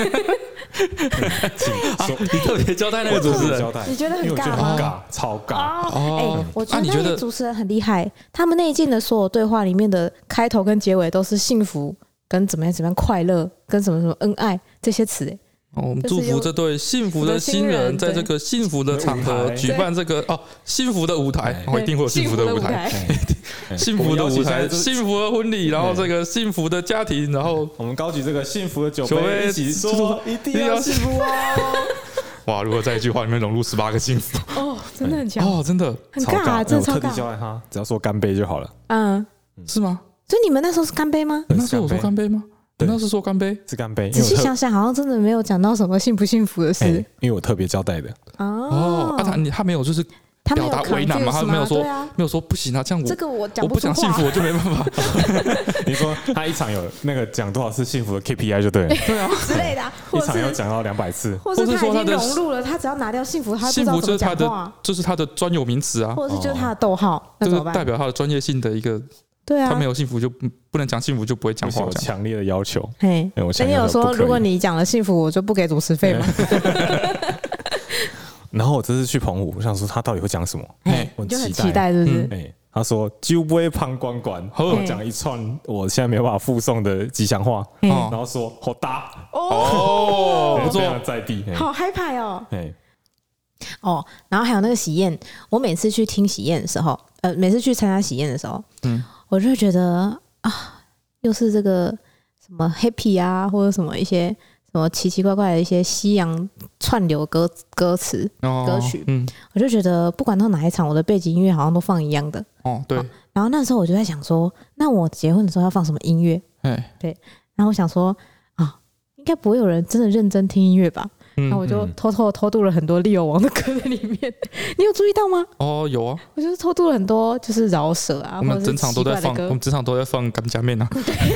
你特别交代那个主持人， 你觉得很尬？ 超尬。 我觉得那些主持人很厉害，他们那一届的所有对话里面的开头跟结尾都是幸福跟怎么样快乐跟什么恩爱这些词我们祝福这对幸福的新人，在这个幸福的场合举办这个幸福的舞台，一定会有幸福的舞台，幸福的舞台，幸福的婚礼，然后这个幸福的家庭，然后我们高举这个幸福的酒杯，一起说一定要幸福哦！ 哇，如果在一句话里面融入18个幸福， 真的很强哦，真的很尬，真的超尬。 我特地教他，只要说干杯就好了。 是吗？ 所以你们那时候是干杯吗？ 那时候我说干杯吗？那是说干杯， 是干杯。 仔细想想，好像真的没有讲到什么幸不幸福的事， 因为我特别交代的。 他没有就是表达为难嘛，他没有说不行啊，这样这个我讲不讲幸福我就没办法。 你说他一场有那个讲多少次幸福的 KPI 就对了， 对啊之类的， 一场要讲到200次， 或是他已经融入了，他只要拿掉幸福，他不知道怎么讲话， 就是他的专有名词啊， 或者是就是他的逗号， 就是代表他的专业性的一个。 对啊， 他没有幸福就不能讲幸福，就不会讲话。 有强烈的要求。 那你有说，如果你讲了幸福，我就不给主持费吗？ 然后我这次去澎湖，我想说他到底会讲什么？ 我就很期待，是不是？ 他说酒杯旁关关，我讲一串我现在没有办法附送的吉祥话，然后说好大哦，不错， 在地， 好嗨派哦。然后还有那个喜宴，我每次去听喜宴的时候，每次去参加喜宴的时候，我就会觉得啊，又是这个什么 happy 啊，或者什么一些什么奇奇怪怪的一些西洋串流歌词歌曲，我就觉得不管到哪一场，我的背景音乐好像都放一样的。 对。 然后那时候我就在想说，那我结婚的时候要放什么音乐？对。然后我想说应该不会有人真的认真听音乐吧？然后我就偷渡了很多利友王的歌在里面，你有注意到吗？ 有啊， 我就是偷渡了很多，就是饶舌啊， 我们整场都在放，我们整场都在放干加面啊。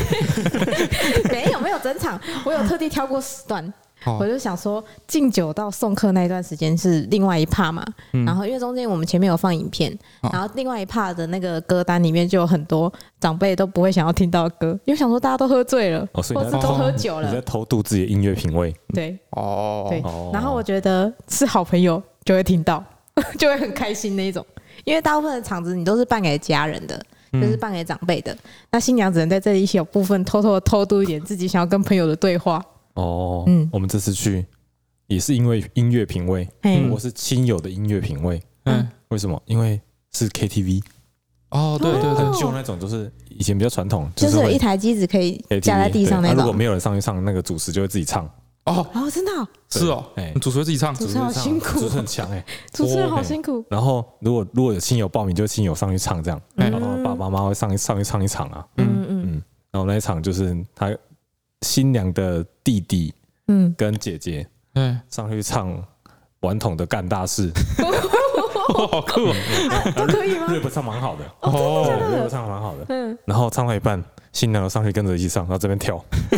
没有整场，我有特地挑过时段。我就想说，敬酒到送客那一段时间是另外一 part 嘛，然后因为中间我们前面有放影片，然后另外一 part 的那个歌单里面就有很多长辈都不会想要听到的歌，因为想说大家都喝醉了，或是都喝酒了， 你在偷渡自己的音乐品味。 对，对，然后我觉得是好朋友就会听到，就会很开心那一种，因为大部分的场子你都是办给家人的。就是办给长辈的，那新娘只能在这一小部分偷渡一点自己想要跟朋友的对话。 我们这次去也是因为音乐品味，我是亲友的音乐品味。为什么？因为是 KTV。对，就那种就是以前比较传统， 就是有一台机子可以架在地上那种。 如果没有人上去唱，那个主持就会自己唱。 真的是哦，主持人自己唱， 主持人好辛苦， 主持人很强主持人好辛苦。 然后如果有亲友报名，就亲友上去唱这样，然后爸爸妈妈会上去唱一场啊，然后那一场就是他新娘的弟弟跟姐姐上去唱顽童的干大事， 好酷都可以吗 ？rap 唱蛮好的 ，rap 唱蛮好的，然后唱到一半，新娘上去跟着一起唱，然后这边跳。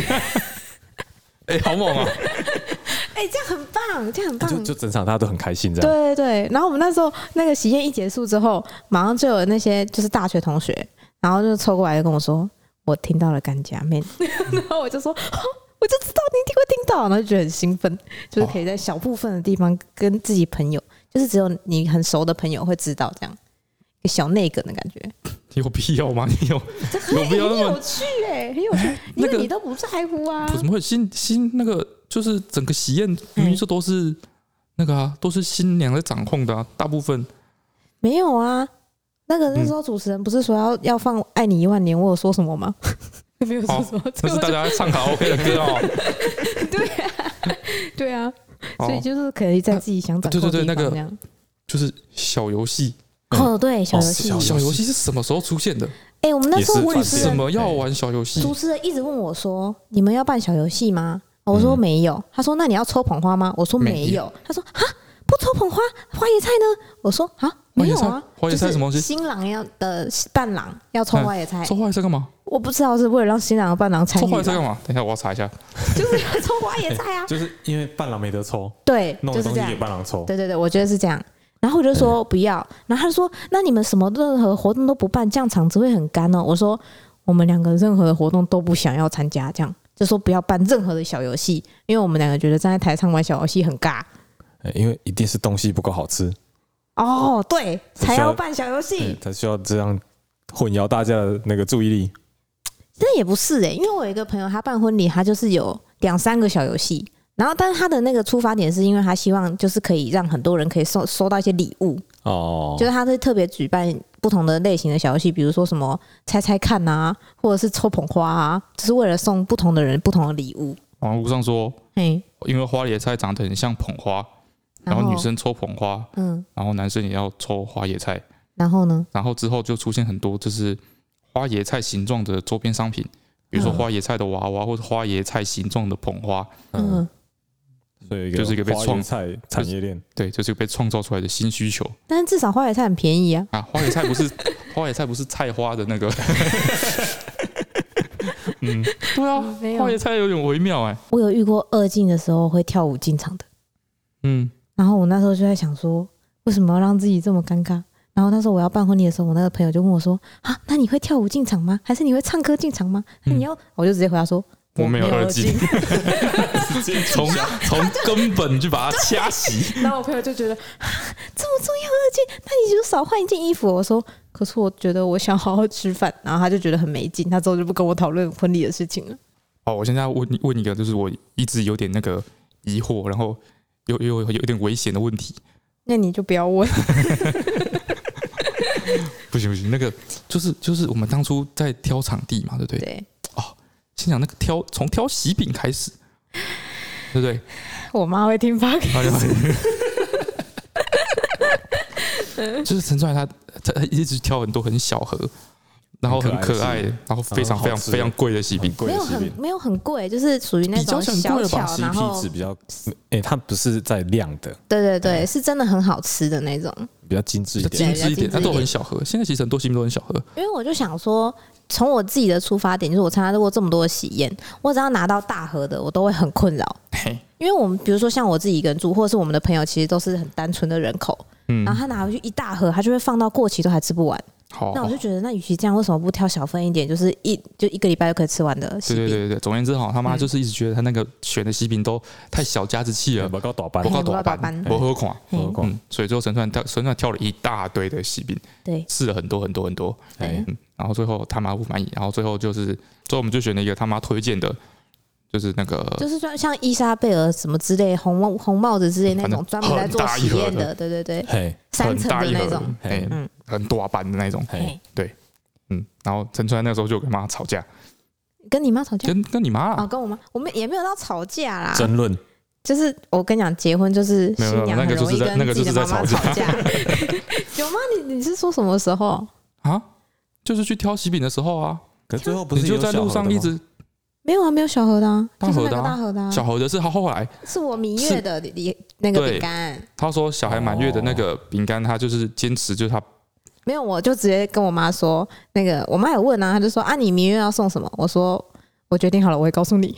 好猛啊！ 这样很棒，这样很棒。 就整场大家都很开心，这样。 对。然后我们那时候那个喜宴一结束之后，马上就有那些就是大学同学，然后就凑过来跟我说：“我听到了干加面。”然后我就说：“我就知道你一定会听到。”然后就觉得很兴奋，就是可以在小部分的地方跟自己朋友，就是只有你很熟的朋友会知道这样一个小内梗的感觉。 有必要吗？有必要那么很有趣很有趣，因为你都不在乎啊。 怎么会新那个就是整个喜宴明明都是那个都是新娘在掌控的啊，大部分没有啊。那时候主持人不是说要放《爱你1万年》，我有说什么吗？没有说什么， 那是大家唱卡拉 OK 的歌哦。 对啊，所以就是可以在自己想掌控的地方这样。 就是小游戏。 对，小游戏。 小游戏是什么时候出现的？ 我们那时候为什么要玩小游戏？ 主持人一直问我说：“你们要办小游戏吗？”我说没有。他说：“那你要抽捧花吗？”我说没有。他说：“不抽捧花，花椰菜呢？”我说：“没有啊。” 花椰菜什么东西？ 新郎伴郎要抽花椰菜。 抽花椰菜干嘛？ 我不知道，是为了让新郎和伴郎参与。 抽花椰菜干嘛？等一下我要查一下。 就是要抽花椰菜啊。 就是因为伴郎没得抽， 对， 弄东西给伴郎抽。 对，我觉得是这样。然后我就说不要，然后他就说：“那你们什么任何活动都不办，这样场子会很干哦。”我说：“我们两个任何的活动都不想要参加，这样就说不要办任何的小游戏，因为我们两个觉得站在台上玩小游戏很尬。 因为一定是东西不够好吃。 对，才要办小游戏， 才需要这样混淆大家的那个注意力。 这也不是因为我有一个朋友，他办婚礼，他就是有2-3个小游戏。”然后，但是他的那个出发点是因为他希望就是可以让很多人可以收到一些礼物就是他会特别举办不同的类型的小游戏，比如说什么猜猜看啊，或者是抽捧花啊，只是为了送不同的人不同的礼物。 网络上说，因为花椰菜长得很像捧花， 然后女生抽捧花，然后男生也要抽花椰菜。 然后呢？ 然后之后就出现很多就是花椰菜形状的周边商品，比如说花椰菜的娃娃或者花椰菜形状的捧花。 所以就是一个被花椰菜产业链， 对，就是一个被创造出来的新需求。 但是至少花椰菜很便宜啊！ 花椰菜不是菜花的那个。对啊，花椰菜有点微妙哎。 我有遇过二进的时候会跳舞进场的，然后我那时候就在想说，为什么要让自己这么尴尬？然后那时候我要办婚礼的时候，我那个朋友就问我说：“啊，那你会跳舞进场吗？还是你会唱歌进场吗？那你要……”我就直接回答说：“ 我没有二进。”从根本就把它掐熄。 然后我朋友就觉得这么重要二进，那你就少换一件衣服。我说：“可是我觉得我想好好吃饭。”然后他就觉得很没劲，他之后就不跟我讨论婚礼的事情了。 好，我现在问一个，就是我一直有点那个疑惑，然后有点危险的问题。 那你就不要问。 不行，那个就是我们当初在挑场地嘛，对不对？ 对。 先讲那个从挑喜饼开始，对不对？ 我妈会听 podcast。 就是陈川他一直挑很多很小盒，然后很可爱，然后非常贵的喜饼， 没有很贵，就是属于那种小巧，然后 CP 值比较，它不是在量的， 对，是真的很好吃的那种， 比较精致一点， 它都很小盒。现在其实很多喜饼都很小盒， 因为我就想说，从我自己的出发点，就是我参加过这么多的喜宴，我只要拿到大盒的，我都会很困扰。因为我们比如说像我自己一个人住，或者是我们的朋友，其实都是很单纯的人口，然后他拿回去一大盒，他就会放到过期都还吃不完。那我就觉得，那与其这样，为什么不挑小份一点，就是一个礼拜就可以吃完的喜饼？ 对。总而言之，他妈就是一直觉得他那个选的喜饼都太小家子气了， 不够大班， 不好看，所以最后陈川挑了一大堆的喜饼， 对， 试了很多，然后最后他妈不满意，然后最后我们就选了一个他妈推荐的。就是那个， 就是像伊莎贝尔什么之类红帽子之类那种专门在做喜宴的，对，3层的那种， 很大班的那种，对，然后陈川那个时候就跟妈吵架， 跟你妈吵架， 跟你妈啊，跟我妈，我们也没有到吵架啦， 争论， 就是我跟你讲，结婚就是新娘很容易跟自己的妈妈吵架，有吗？你是说什么时候啊？就是去挑喜饼的时候啊， 可最后不是你就在路上一直。 没有啊，没有小盒的啊， 大盒的啊， 小盒的是他后来是我蜜月的那个饼干。 他说小孩满月的那个饼干，他就是坚持，就是他没有，我就直接跟我妈说，那个我妈有问啊，她就说啊，你蜜月要送什么？我说我决定好了，我会告诉你。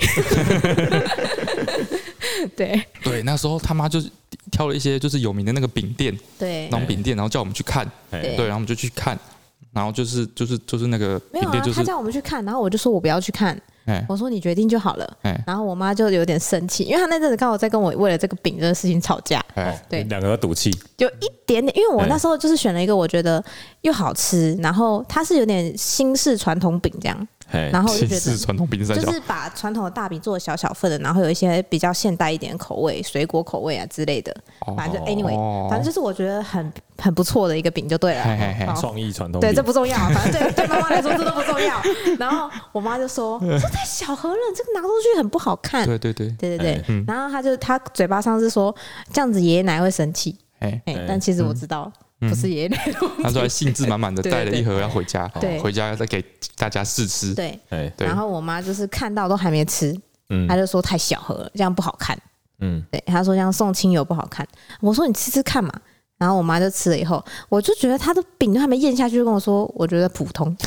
对， 那时候他妈就是挑了一些就是有名的那个饼店， 对， 那种饼店，然后叫我们去看，对，然后我们就去看，然后就是那个饼店， 他叫我们去看，然后我就说我不要去看。我说你决定就好了，然后我妈就有点生气，因为她那阵子刚好在跟我为了这个饼这个事情吵架， 对，两个赌气， 有一点点，因为我那时候就是选了一个我觉得又好吃，然后它是有点新式传统饼这样，然后我就觉得传统饼就是把传统的大饼做的小小份的，然后有一些比较现代一点的口味，水果口味啊之类的，反正就 anyway， 反正就是我觉得很不错的一个饼就对了， 创意传统对，这不重要，反正对妈妈来说这都不重要。然后我妈就说这太小盒了，这个拿出去很不好看。对，然后她嘴巴上是说这样子爷爷奶奶会生气，但其实我知道。不是爷爷奶奶， 他说兴致满满的带了一盒要回家，回家再给大家试吃。 对，然后我妈就是看到都还没吃，她就说太小盒了，这样不好看。对，她说这样送亲友不好看。我说你吃吃看嘛。然后我妈就吃了以后，我就觉得她的饼都还没咽下去，就跟我说我觉得普通。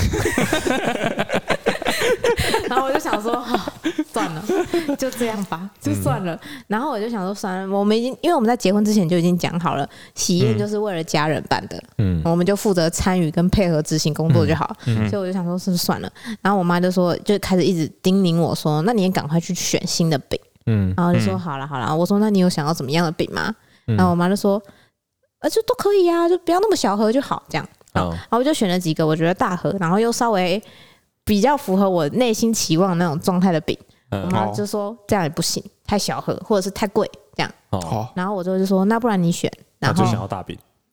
然后我就想说，算了，就这样吧，就算了。然后我就想说，算了，我们因为我们在结婚之前就已经讲好了，喜宴就是为了家人办的，我们就负责参与跟配合执行工作就好。所以我就想说，是不是算了？然后我妈就说，就开始一直叮咛我说，那你也赶快去选新的饼。然后就说好了。我说那你有想要怎么样的饼吗？然后我妈就说，就都可以啊，就不要那么小盒就好，这样。然后我就选了几个我觉得大盒，然后又稍微比较符合我内心期望的那种状态的饼。我妈就说这样也不行，太小盒或者是太贵这样。然后我就说那不然你选，然后就想要大饼。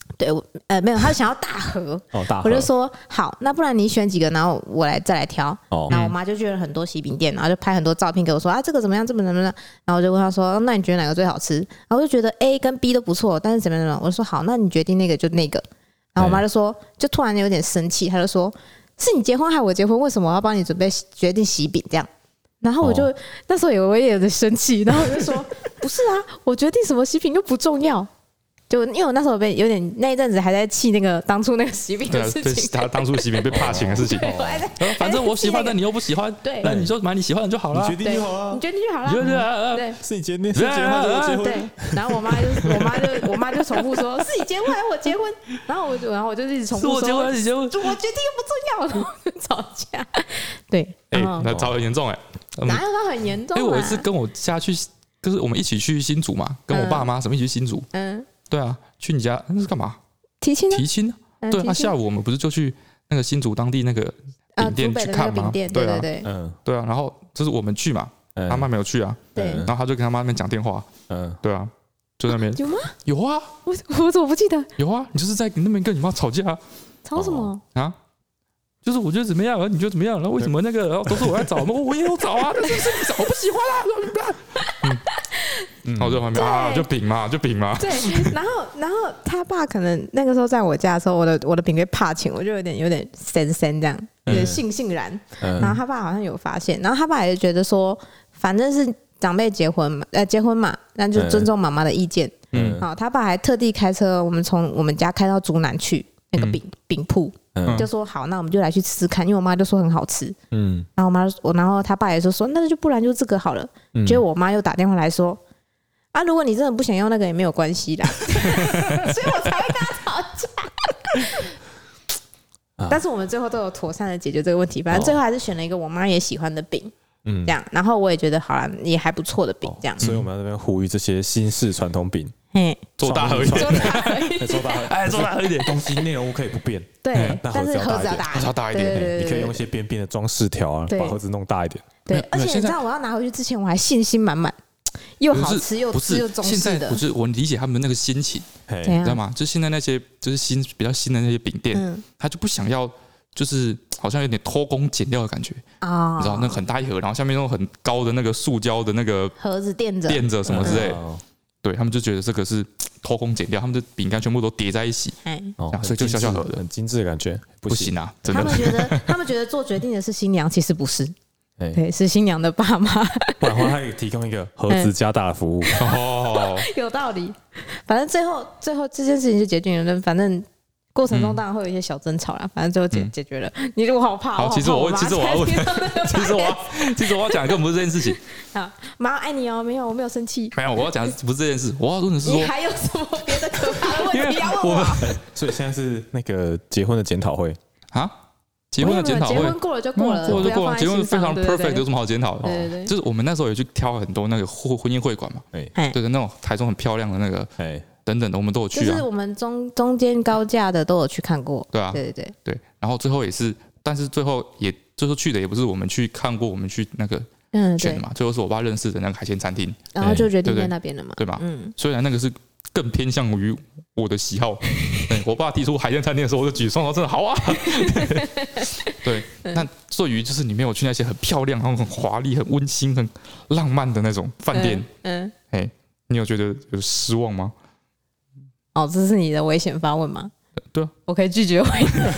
对，没有，他想要大盒，我就说好，那不然你选几个，然后我再来挑。然后我妈就去了很多喜饼店，然后就拍很多照片给我说啊，这个怎么样，这么怎么样。然后我就问她说，那你觉得哪个最好吃？然后我就觉得 A 跟 B 都不错，但是怎么样？我就说好，那你决定那个就那个。然后我妈就说，就突然有点生气，她就说，是你结婚还是我结婚？为什么我要帮你准备决定喜饼这样？然后我就那时候我也有点生气，然后我就说不是啊，我决定什么喜饼又不重要。就因为我那时候有点那一阵子还在气那个当初那个喜饼的事情， 他当初喜饼被怕请的事情。反正我喜欢，但你又不喜欢， 对， 那你就买你喜欢的就好了， 你决定就好了， 你决定就好了， 对，是你结婚还是我结婚？ 对，然后我妈就重复说，是你结婚还是我结婚？然后我就一直重复说， 是我结婚还是你结婚？ 我决定又不重要，吵架。对， 那吵很严重哪有到很严重？ 因为我一次跟我家去，就是我们一起去新竹嘛，跟我爸妈什么一起去新竹，对啊，去你家那是干嘛？ 提亲对啊，下午我们不是就去那个新竹当地那个饼店去看吗？ 对啊， 对啊，然后就是我们去嘛，他妈没有去啊， 对， 然后他就跟他妈那边讲电话，对啊，就在那边有吗？ 有啊， 我怎么不记得？ 有啊，你就是在那边跟你妈吵架， 吵什么啊？就是我觉得怎么样，你觉得怎么样？然后为什么那个都是我在找？我也有找啊，但是你找我不喜欢啊。然后我在旁边啊，就饼嘛。 对，然后他爸可能那个时候在我家的时候，我的饼被怕请，我就有点森这样，有点悻然。然后他爸好像有发现，然后他爸也觉得说，反正是长辈结婚嘛，那就尊重妈妈的意见。好，他爸还特地开车，我们从我们家开到竹南去那个饼铺。就说好，那我们就来去吃吃看，因为我妈就说很好吃。然后然后他爸也说那就不然就这个好了。结果我妈又打电话来说啊，如果你真的不想要那个也没有关系啦，所以我才会跟他吵架。但是我们最后都有妥善的解决这个问题，反正最后还是选了一个我妈也喜欢的饼。这样，然后我也觉得好了，也还不错的饼，这样。 所以我们在这边呼吁这些新式传统饼， 做大盒一点， 做大盒一点，东西内容物可以不变， 对，但是盒子要大一点， 你可以用一些边边的装饰条啊，把盒子弄大一点。 对，而且你知道我要拿回去之前，我还信心满满，又好吃又中式的。 我理解他们那个心情，你知道吗？就现在那些就是比较新的那些饼店，他就不想要。就是好像有点偷工减料的感觉你知道那很大一盒，然后下面那种很高的那个塑胶的那个盒子垫着什么之类的，对他们就觉得这个是偷工减料，他们的饼干全部都叠在一起，所以就小盒的， 很精致的感觉， 不行啊！真的， 他们觉得做决定的是新娘，其实不是，对，是新娘的爸妈。 不然的话，他可以提供一个盒子加大的服务有道理。反正最后这件事情就解决了，反正。过程中当然会有一些小争吵啦，反正最后解决了。你我好怕。 好，其实我要讲的根本不是这件事情。 好，妈爱你哦，没有，我没有生气。 没有，我要讲的不是这件事，我要说的是说， 你还有什么别的可怕的问题要问我？ 所以现在是那个结婚的检讨会啊，结婚的检讨会， 结婚过了就过了， 结婚非常 perfect， 有什么好检讨的？ 对， 就是我们那时候也去挑很多那个婚宴会馆嘛，对的那种台中很漂亮的那个，等等的，我们都有去啊。 就是我们中间高价的都有去看过。 对啊，对。然后最后也是，但是最后去的也不是我们去看过，我们去那个选的嘛。最后是我爸认识的那个海鲜餐厅， 然后就决定在那边了嘛， 对吧？虽然那个是更偏向于我的喜好，我爸提出海鲜餐厅的时候，我就举双手，真的好啊。对，那对于就是你没有去那些很漂亮、然后很华丽、很温馨、很浪漫的那种饭店，你有觉得有失望吗？ 这是你的危险发问吗？ 对啊， 我可以拒绝回答。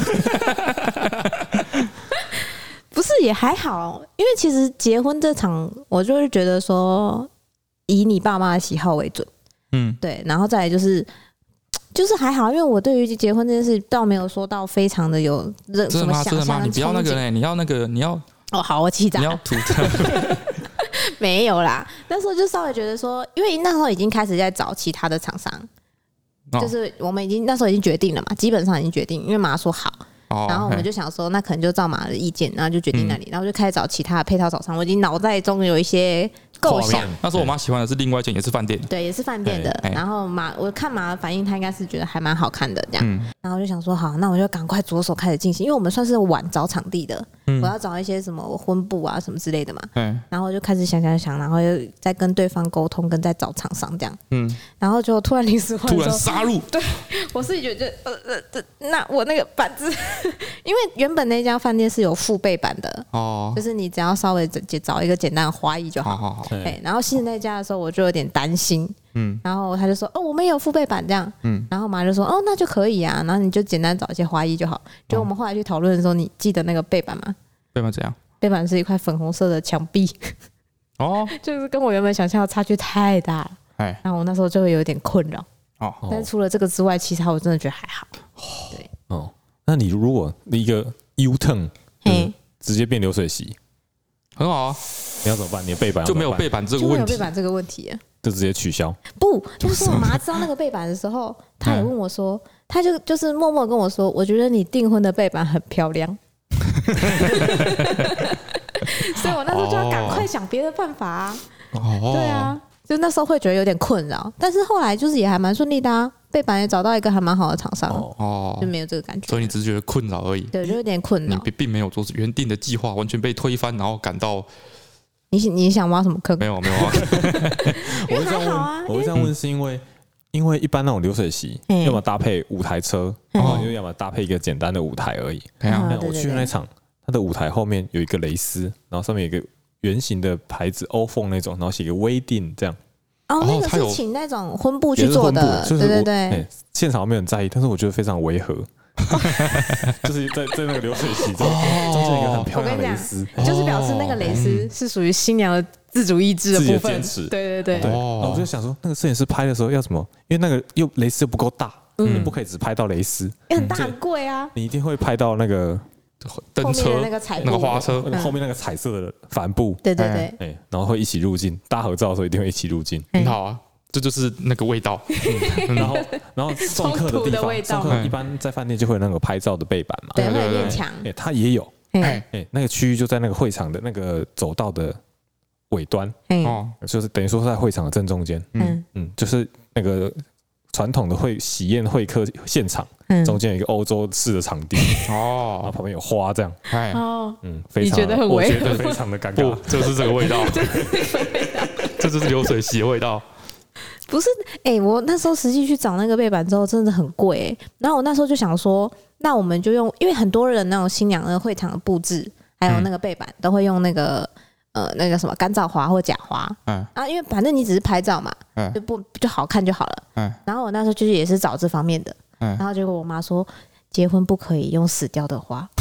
不是也还好，因为其实结婚这场，我就会觉得说，以你爸妈的喜好为准。对，然后再来就是还好，因为我对于结婚这件事倒没有说到非常的有什么想象。 你不要那个你要好，我气炸。 你要吐的。 没有啦，那时候就稍微觉得说，因为那时候已经开始在找其他的厂商。就是我们那时候已经决定了嘛，基本上已经决定，因为妈说好，然后我们就想说，那可能就照妈的意见，然后就决定那里，然后就开始找其他的配套厂商。我已经脑袋中有一些构想。 那时候我妈喜欢的是另外一间，也是饭店， 对，也是饭店的。然后我看妈的反应，她应该是觉得还蛮好看的这样。然后我就想说，好，那我就赶快着手开始进行，因为我们算是晚找场地的， 我要找一些什么婚布啊什么之类的嘛，然后我就开始想，然后又再跟对方沟通，跟再找厂商这样，然后就突然临时突然杀入， 对我自己觉得那我那个板子，因为原本那家饭店是有附背板的哦，就是你只要稍微找一个简单的花艺就好，然后新的那家的时候我就有点担心。然后他就说我们也有附背板这样，然后我妈就说那就可以啊，然后你就简单找一些花艺就好。就我们后来去讨论的时候，你记得那个背板吗？ 背板怎样？ 背板是一块粉红色的墙壁，就是跟我原本想象的差距太大了，然后我那时候就会有点困扰。但是除了这个之外，其他我真的觉得还好。对， 那你如果一个 U-turn 直接变流水席， 很好啊， 你要怎么办？你的背板就没有背板这个问题， 就没有背板这个问题。 就直接取消？ 不，就是我妈知道那个背板的时候，她也问我说，她就是默默跟我说，我觉得你订婚的背板很漂亮，所以我那时候就要赶快想别的办法啊。对啊，就那时候会觉得有点困扰，但是后来就是也还蛮顺利的啊，背板也找到一个还蛮好的厂商，就没有这个感觉。 所以你只是觉得困扰而已， 对，就有点困扰， 你并没有做原定的计划完全被推翻，然后感到。 你想挖什么坑？ 没有挖。 我会这样问，是因为一般那种流水席，要么搭配舞台车，然后要么搭配一个简单的舞台而已。我去那场，它的舞台后面有一个蕾丝，然后上面有一个圆形的牌子欧凤那种，然后写个wedding这样。 那个是请那种婚布去做的，对。 现场没有人在意，但是我觉得非常违和。就是在那个流水席中间一个很漂亮的蕾丝， 就是表示那个蕾丝是属于新娘的自主意志的部分。对。 我就想说，那个摄影师拍的时候要什么？因为那个蕾丝又不够大，你不可以只拍到蕾丝， 很大很贵啊。 你一定会拍到那个灯车、那个花车后面那个彩色的帆布。 对， 然后会一起入镜，大合照的时候一定会一起入镜， 很好啊。这就是那个味道， 然后送客的地方，送客一般在饭店就会有那个拍照的背板嘛， 对，会有面墙， 它也有，那个区域就在那个会场的那个走道的尾端，就是等于说在会场的正中间，就是那个传统的喜宴会客现场，中间有一个欧洲式的场地，然后旁边有花这样，非常， 你觉得很我觉得非常的尴尬， 就是这个味道，这就是流水席的味道。 不是，我那时候实际去找那个背板之后，真的很贵，然后我那时候就想说，那我们就用，因为很多人那种新娘的会场的布置，还有那个背板，都会用那个那个什么干燥花或假花，因为反正你只是拍照嘛，就好看就好了，然后我那时候就是也是找这方面的，然后结果我妈说，结婚不可以用死掉的花。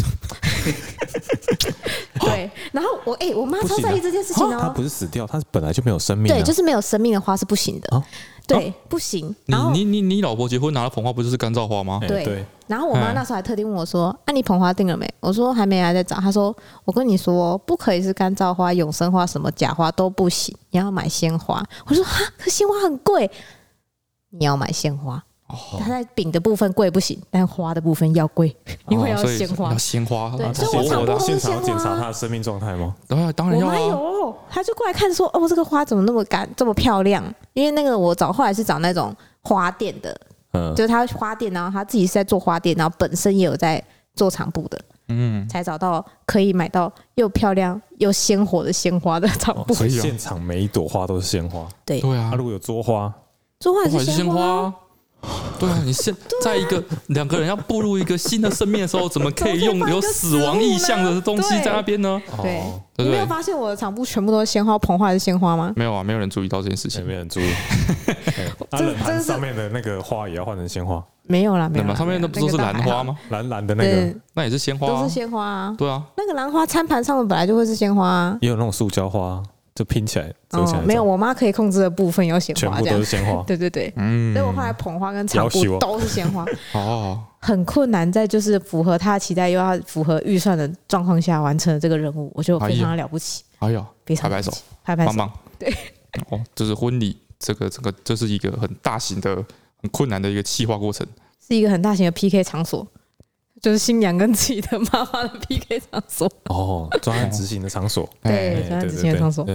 对，然后我妈超在意这件事情哦。 它不是死掉，它本来就没有生命。 对，就是没有生命的花是不行的。对，不行。 你老婆结婚拿的捧花不就是干燥花吗？ 对。然后我妈那时候还特地问我说：“你捧花订了没？”我说：“还没，还在找。”她说：“我跟你说，不可以是干燥花、永生花什么假花都不行，你要买鲜花。”我说：“哈，可鲜花很贵，你要买鲜花。”它在饼的部分贵不行，但花的部分要贵，因为要鲜花。 要鲜花， 对，所以我场部现场检查它的生命状态吗？ 当然要。 我妈有，他就过来看说，这个花怎么那么干，这么漂亮？因为那个我后来是找那种花店的，就是他花店，然后他自己是在做花店，然后本身也有在做场部的，才找到可以买到又漂亮又鲜活的鲜花的场部。 所以现场每一朵花都是鲜花。 对啊， 如果有桌花也是鲜花。 对啊，你在两个人要步入一个新的生命的时候，怎么可以用有死亡意象的东西在那边呢？ 对，你没有发现我的场部全部都是鲜花，捧花还是鲜花吗？ 没有啊，没有人注意到这件事情， 没有人注意。冷盘上面的那个花也要换成鲜花？ 没有啦， 上面那不都是兰花吗？ 蓝的那个， 那也是鲜花， 都是鲜花啊。 对啊， 那个兰花餐盘上面本来就会是鲜花啊， 也有那种塑胶花。就拼起来，折起来。 没有，我妈可以控制的部分有鲜花， 全部都是鲜花。 对，所以我后来捧花跟场布都是鲜花。很困难，在就是符合她的期待又要符合预算的状况下完成了这个任务，我觉得非常了不起。非常拍手， 棒棒。 对， 就是婚礼这个这是一个很大型的、很困难的一个企划过程， 是一个很大型的 PK 场所。就是新娘跟自己的妈妈的 PK 场所专案执行的场所， 对，专案执行的场所。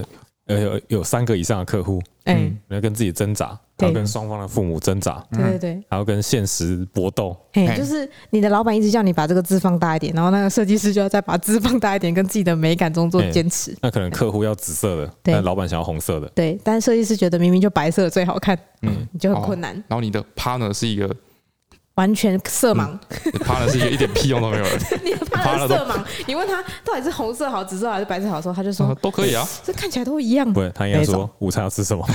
有3个以上的客户，要跟自己挣扎，还要跟双方的父母挣扎， 对， 还要跟现实搏斗。 就是你的老板一直叫你把这个字放大一点，然后那个设计师就要再把字放大一点，跟自己的美感中做坚持。 那可能客户要紫色的，但老板想要红色的。 对，但设计师觉得明明就白色的最好看，你就很困难。 然后你的 partner 是一个完全色盲 ，partner 是一个一点屁用都没有人。 你的 partner 色盲，你问他到底是红色好、紫色好还是白色好的时候，他就说都可以啊， 这看起来都一样。 不，他应该说午餐要吃什么？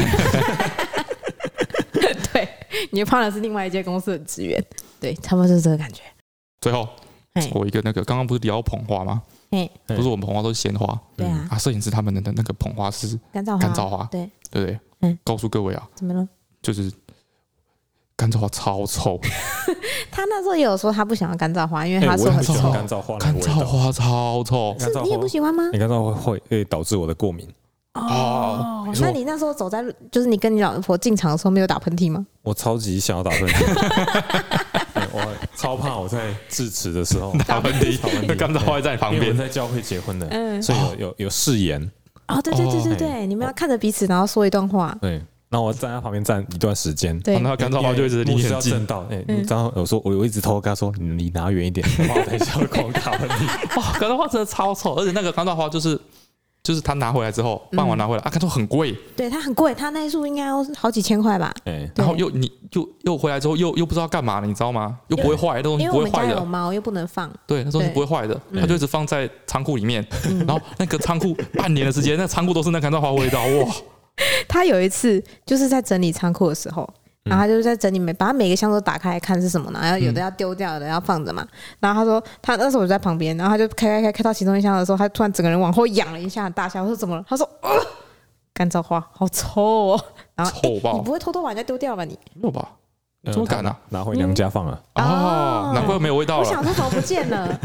对，你的 partner 是另外一间公司的职员，对，差不多就是这个感觉。 最后，我一个那个刚刚不是聊捧花吗？不是我们捧花都是鲜花， 对啊， 摄影师他们的那个捧花是干燥花， 对不对？告诉各位啊， 怎么了？ 就是干燥花超臭。 他那时候也有说他不想要干燥花，因为他说很臭。 干燥花超臭， 你也不喜欢吗？ 你干燥花会导致我的过敏。 那你那时候走在就是你跟你老婆进场的时候没有打喷嚏吗？ 我超级想要打喷嚏。我超怕我在致辞的时候打喷嚏，干燥花在你旁边， 在教会结婚的，所以有誓言。 对，你们要看着彼此，然后说一段话。 对，然后我站在旁边站一段时间， 对， 那干燥花就一直离很近。 你知道我一直偷跟他说，你拿远一点，我等一下会狂打喷嚏。 哇，干燥花真的超臭，而且那个干燥花就是他拿回来之后，办完拿回来，干燥很贵。 对，它很贵，它那一束应该要好几千块吧。 然后又回来之后又不知道干嘛了，你知道吗？又不会坏，那东西不会坏的。 因为我们家有猫，又不能放。 对，那东西不会坏的，它就一直放在仓库里面。然后那个仓库半年的时间，那仓库都是那干燥花味道，哇！ 他有一次就是在整理仓库的时候。然后他就是在整理把他每个箱都打开来看是什么呢？然后有的要丢掉，有的要放着嘛。然后他说他那时候我就在旁边，然后他就开到其中一箱的时候，他突然整个人往后仰了一下，大笑。我说怎么了？他说干燥花好臭哦。然后臭爆！ 你不会偷偷把人家丢掉吧？你没有吧？怎么敢啊？ 拿回娘家放了。 难怪没有味道了。 我想说怎么不见了？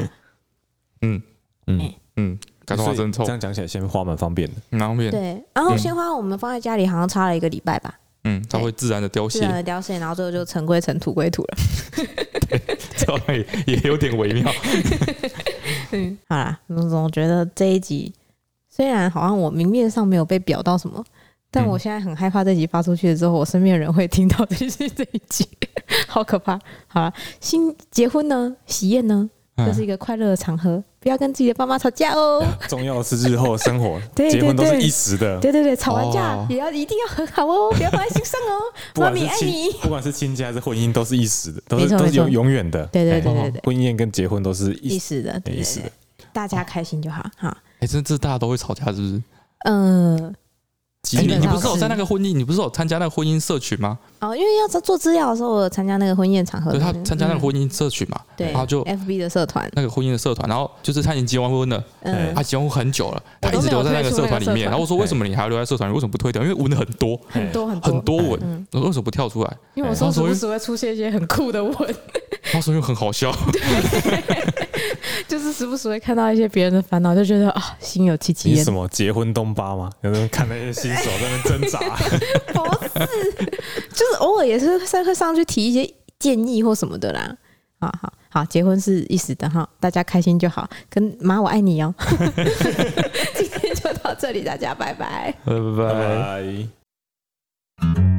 干燥花真臭。 这样讲起来，鲜花蛮方便的， 蛮方便。 对，然后鲜花我们放在家里好像插了1个礼拜吧。 它会自然的凋谢， 然后最后就尘归尘，土归土了。 对，这好像也有点微妙。 好啦，我总觉得这一集虽然好像我明面上没有被表到什么，但我现在很害怕这集发出去了之后，我身边的人会听到这一集，好可怕。好啦，结婚呢，喜宴呢，就是一个快乐的场合，不要跟自己的爸妈吵架哦。 重要的是日后的生活，结婚都是一时的。 对，吵完架也一定要和好哦，不要放在心上哦。妈咪爱你。 不管是亲家还是婚姻，都是一时的，都是永远的。 对， 婚宴跟结婚都是一时的， 一时的， 大家开心就好。好， 这大家都会吵架，是不是？ 你不是有在那个婚姻？你不是有参加那个婚姻社群吗？ 因为要做资料的时候，我有参加那个婚宴场合。 对，他参加那个婚姻社群嘛，然后就 FB 的社团， 那个婚姻的社团，然后就是他已经结完婚了，他结婚很久了，他一直留在那个社团里面。然后我说为什么你还要留在社团？为什么不退掉？因为文的很多文，我说为什么不跳出来？ 因为我说时不时会出现一些很酷的文， 他说又很好笑。 就是时不时会看到一些别人的烦恼，就觉得心有戚戚焉。 你什么结婚东巴吗？有人看那些新手在那挣扎？ 不是，就是偶尔也是会上去提一些建议或什么的啦。好，结婚是一时的哈，大家开心就好。跟妈我爱你哦。今天就到这里，大家拜拜， 拜拜。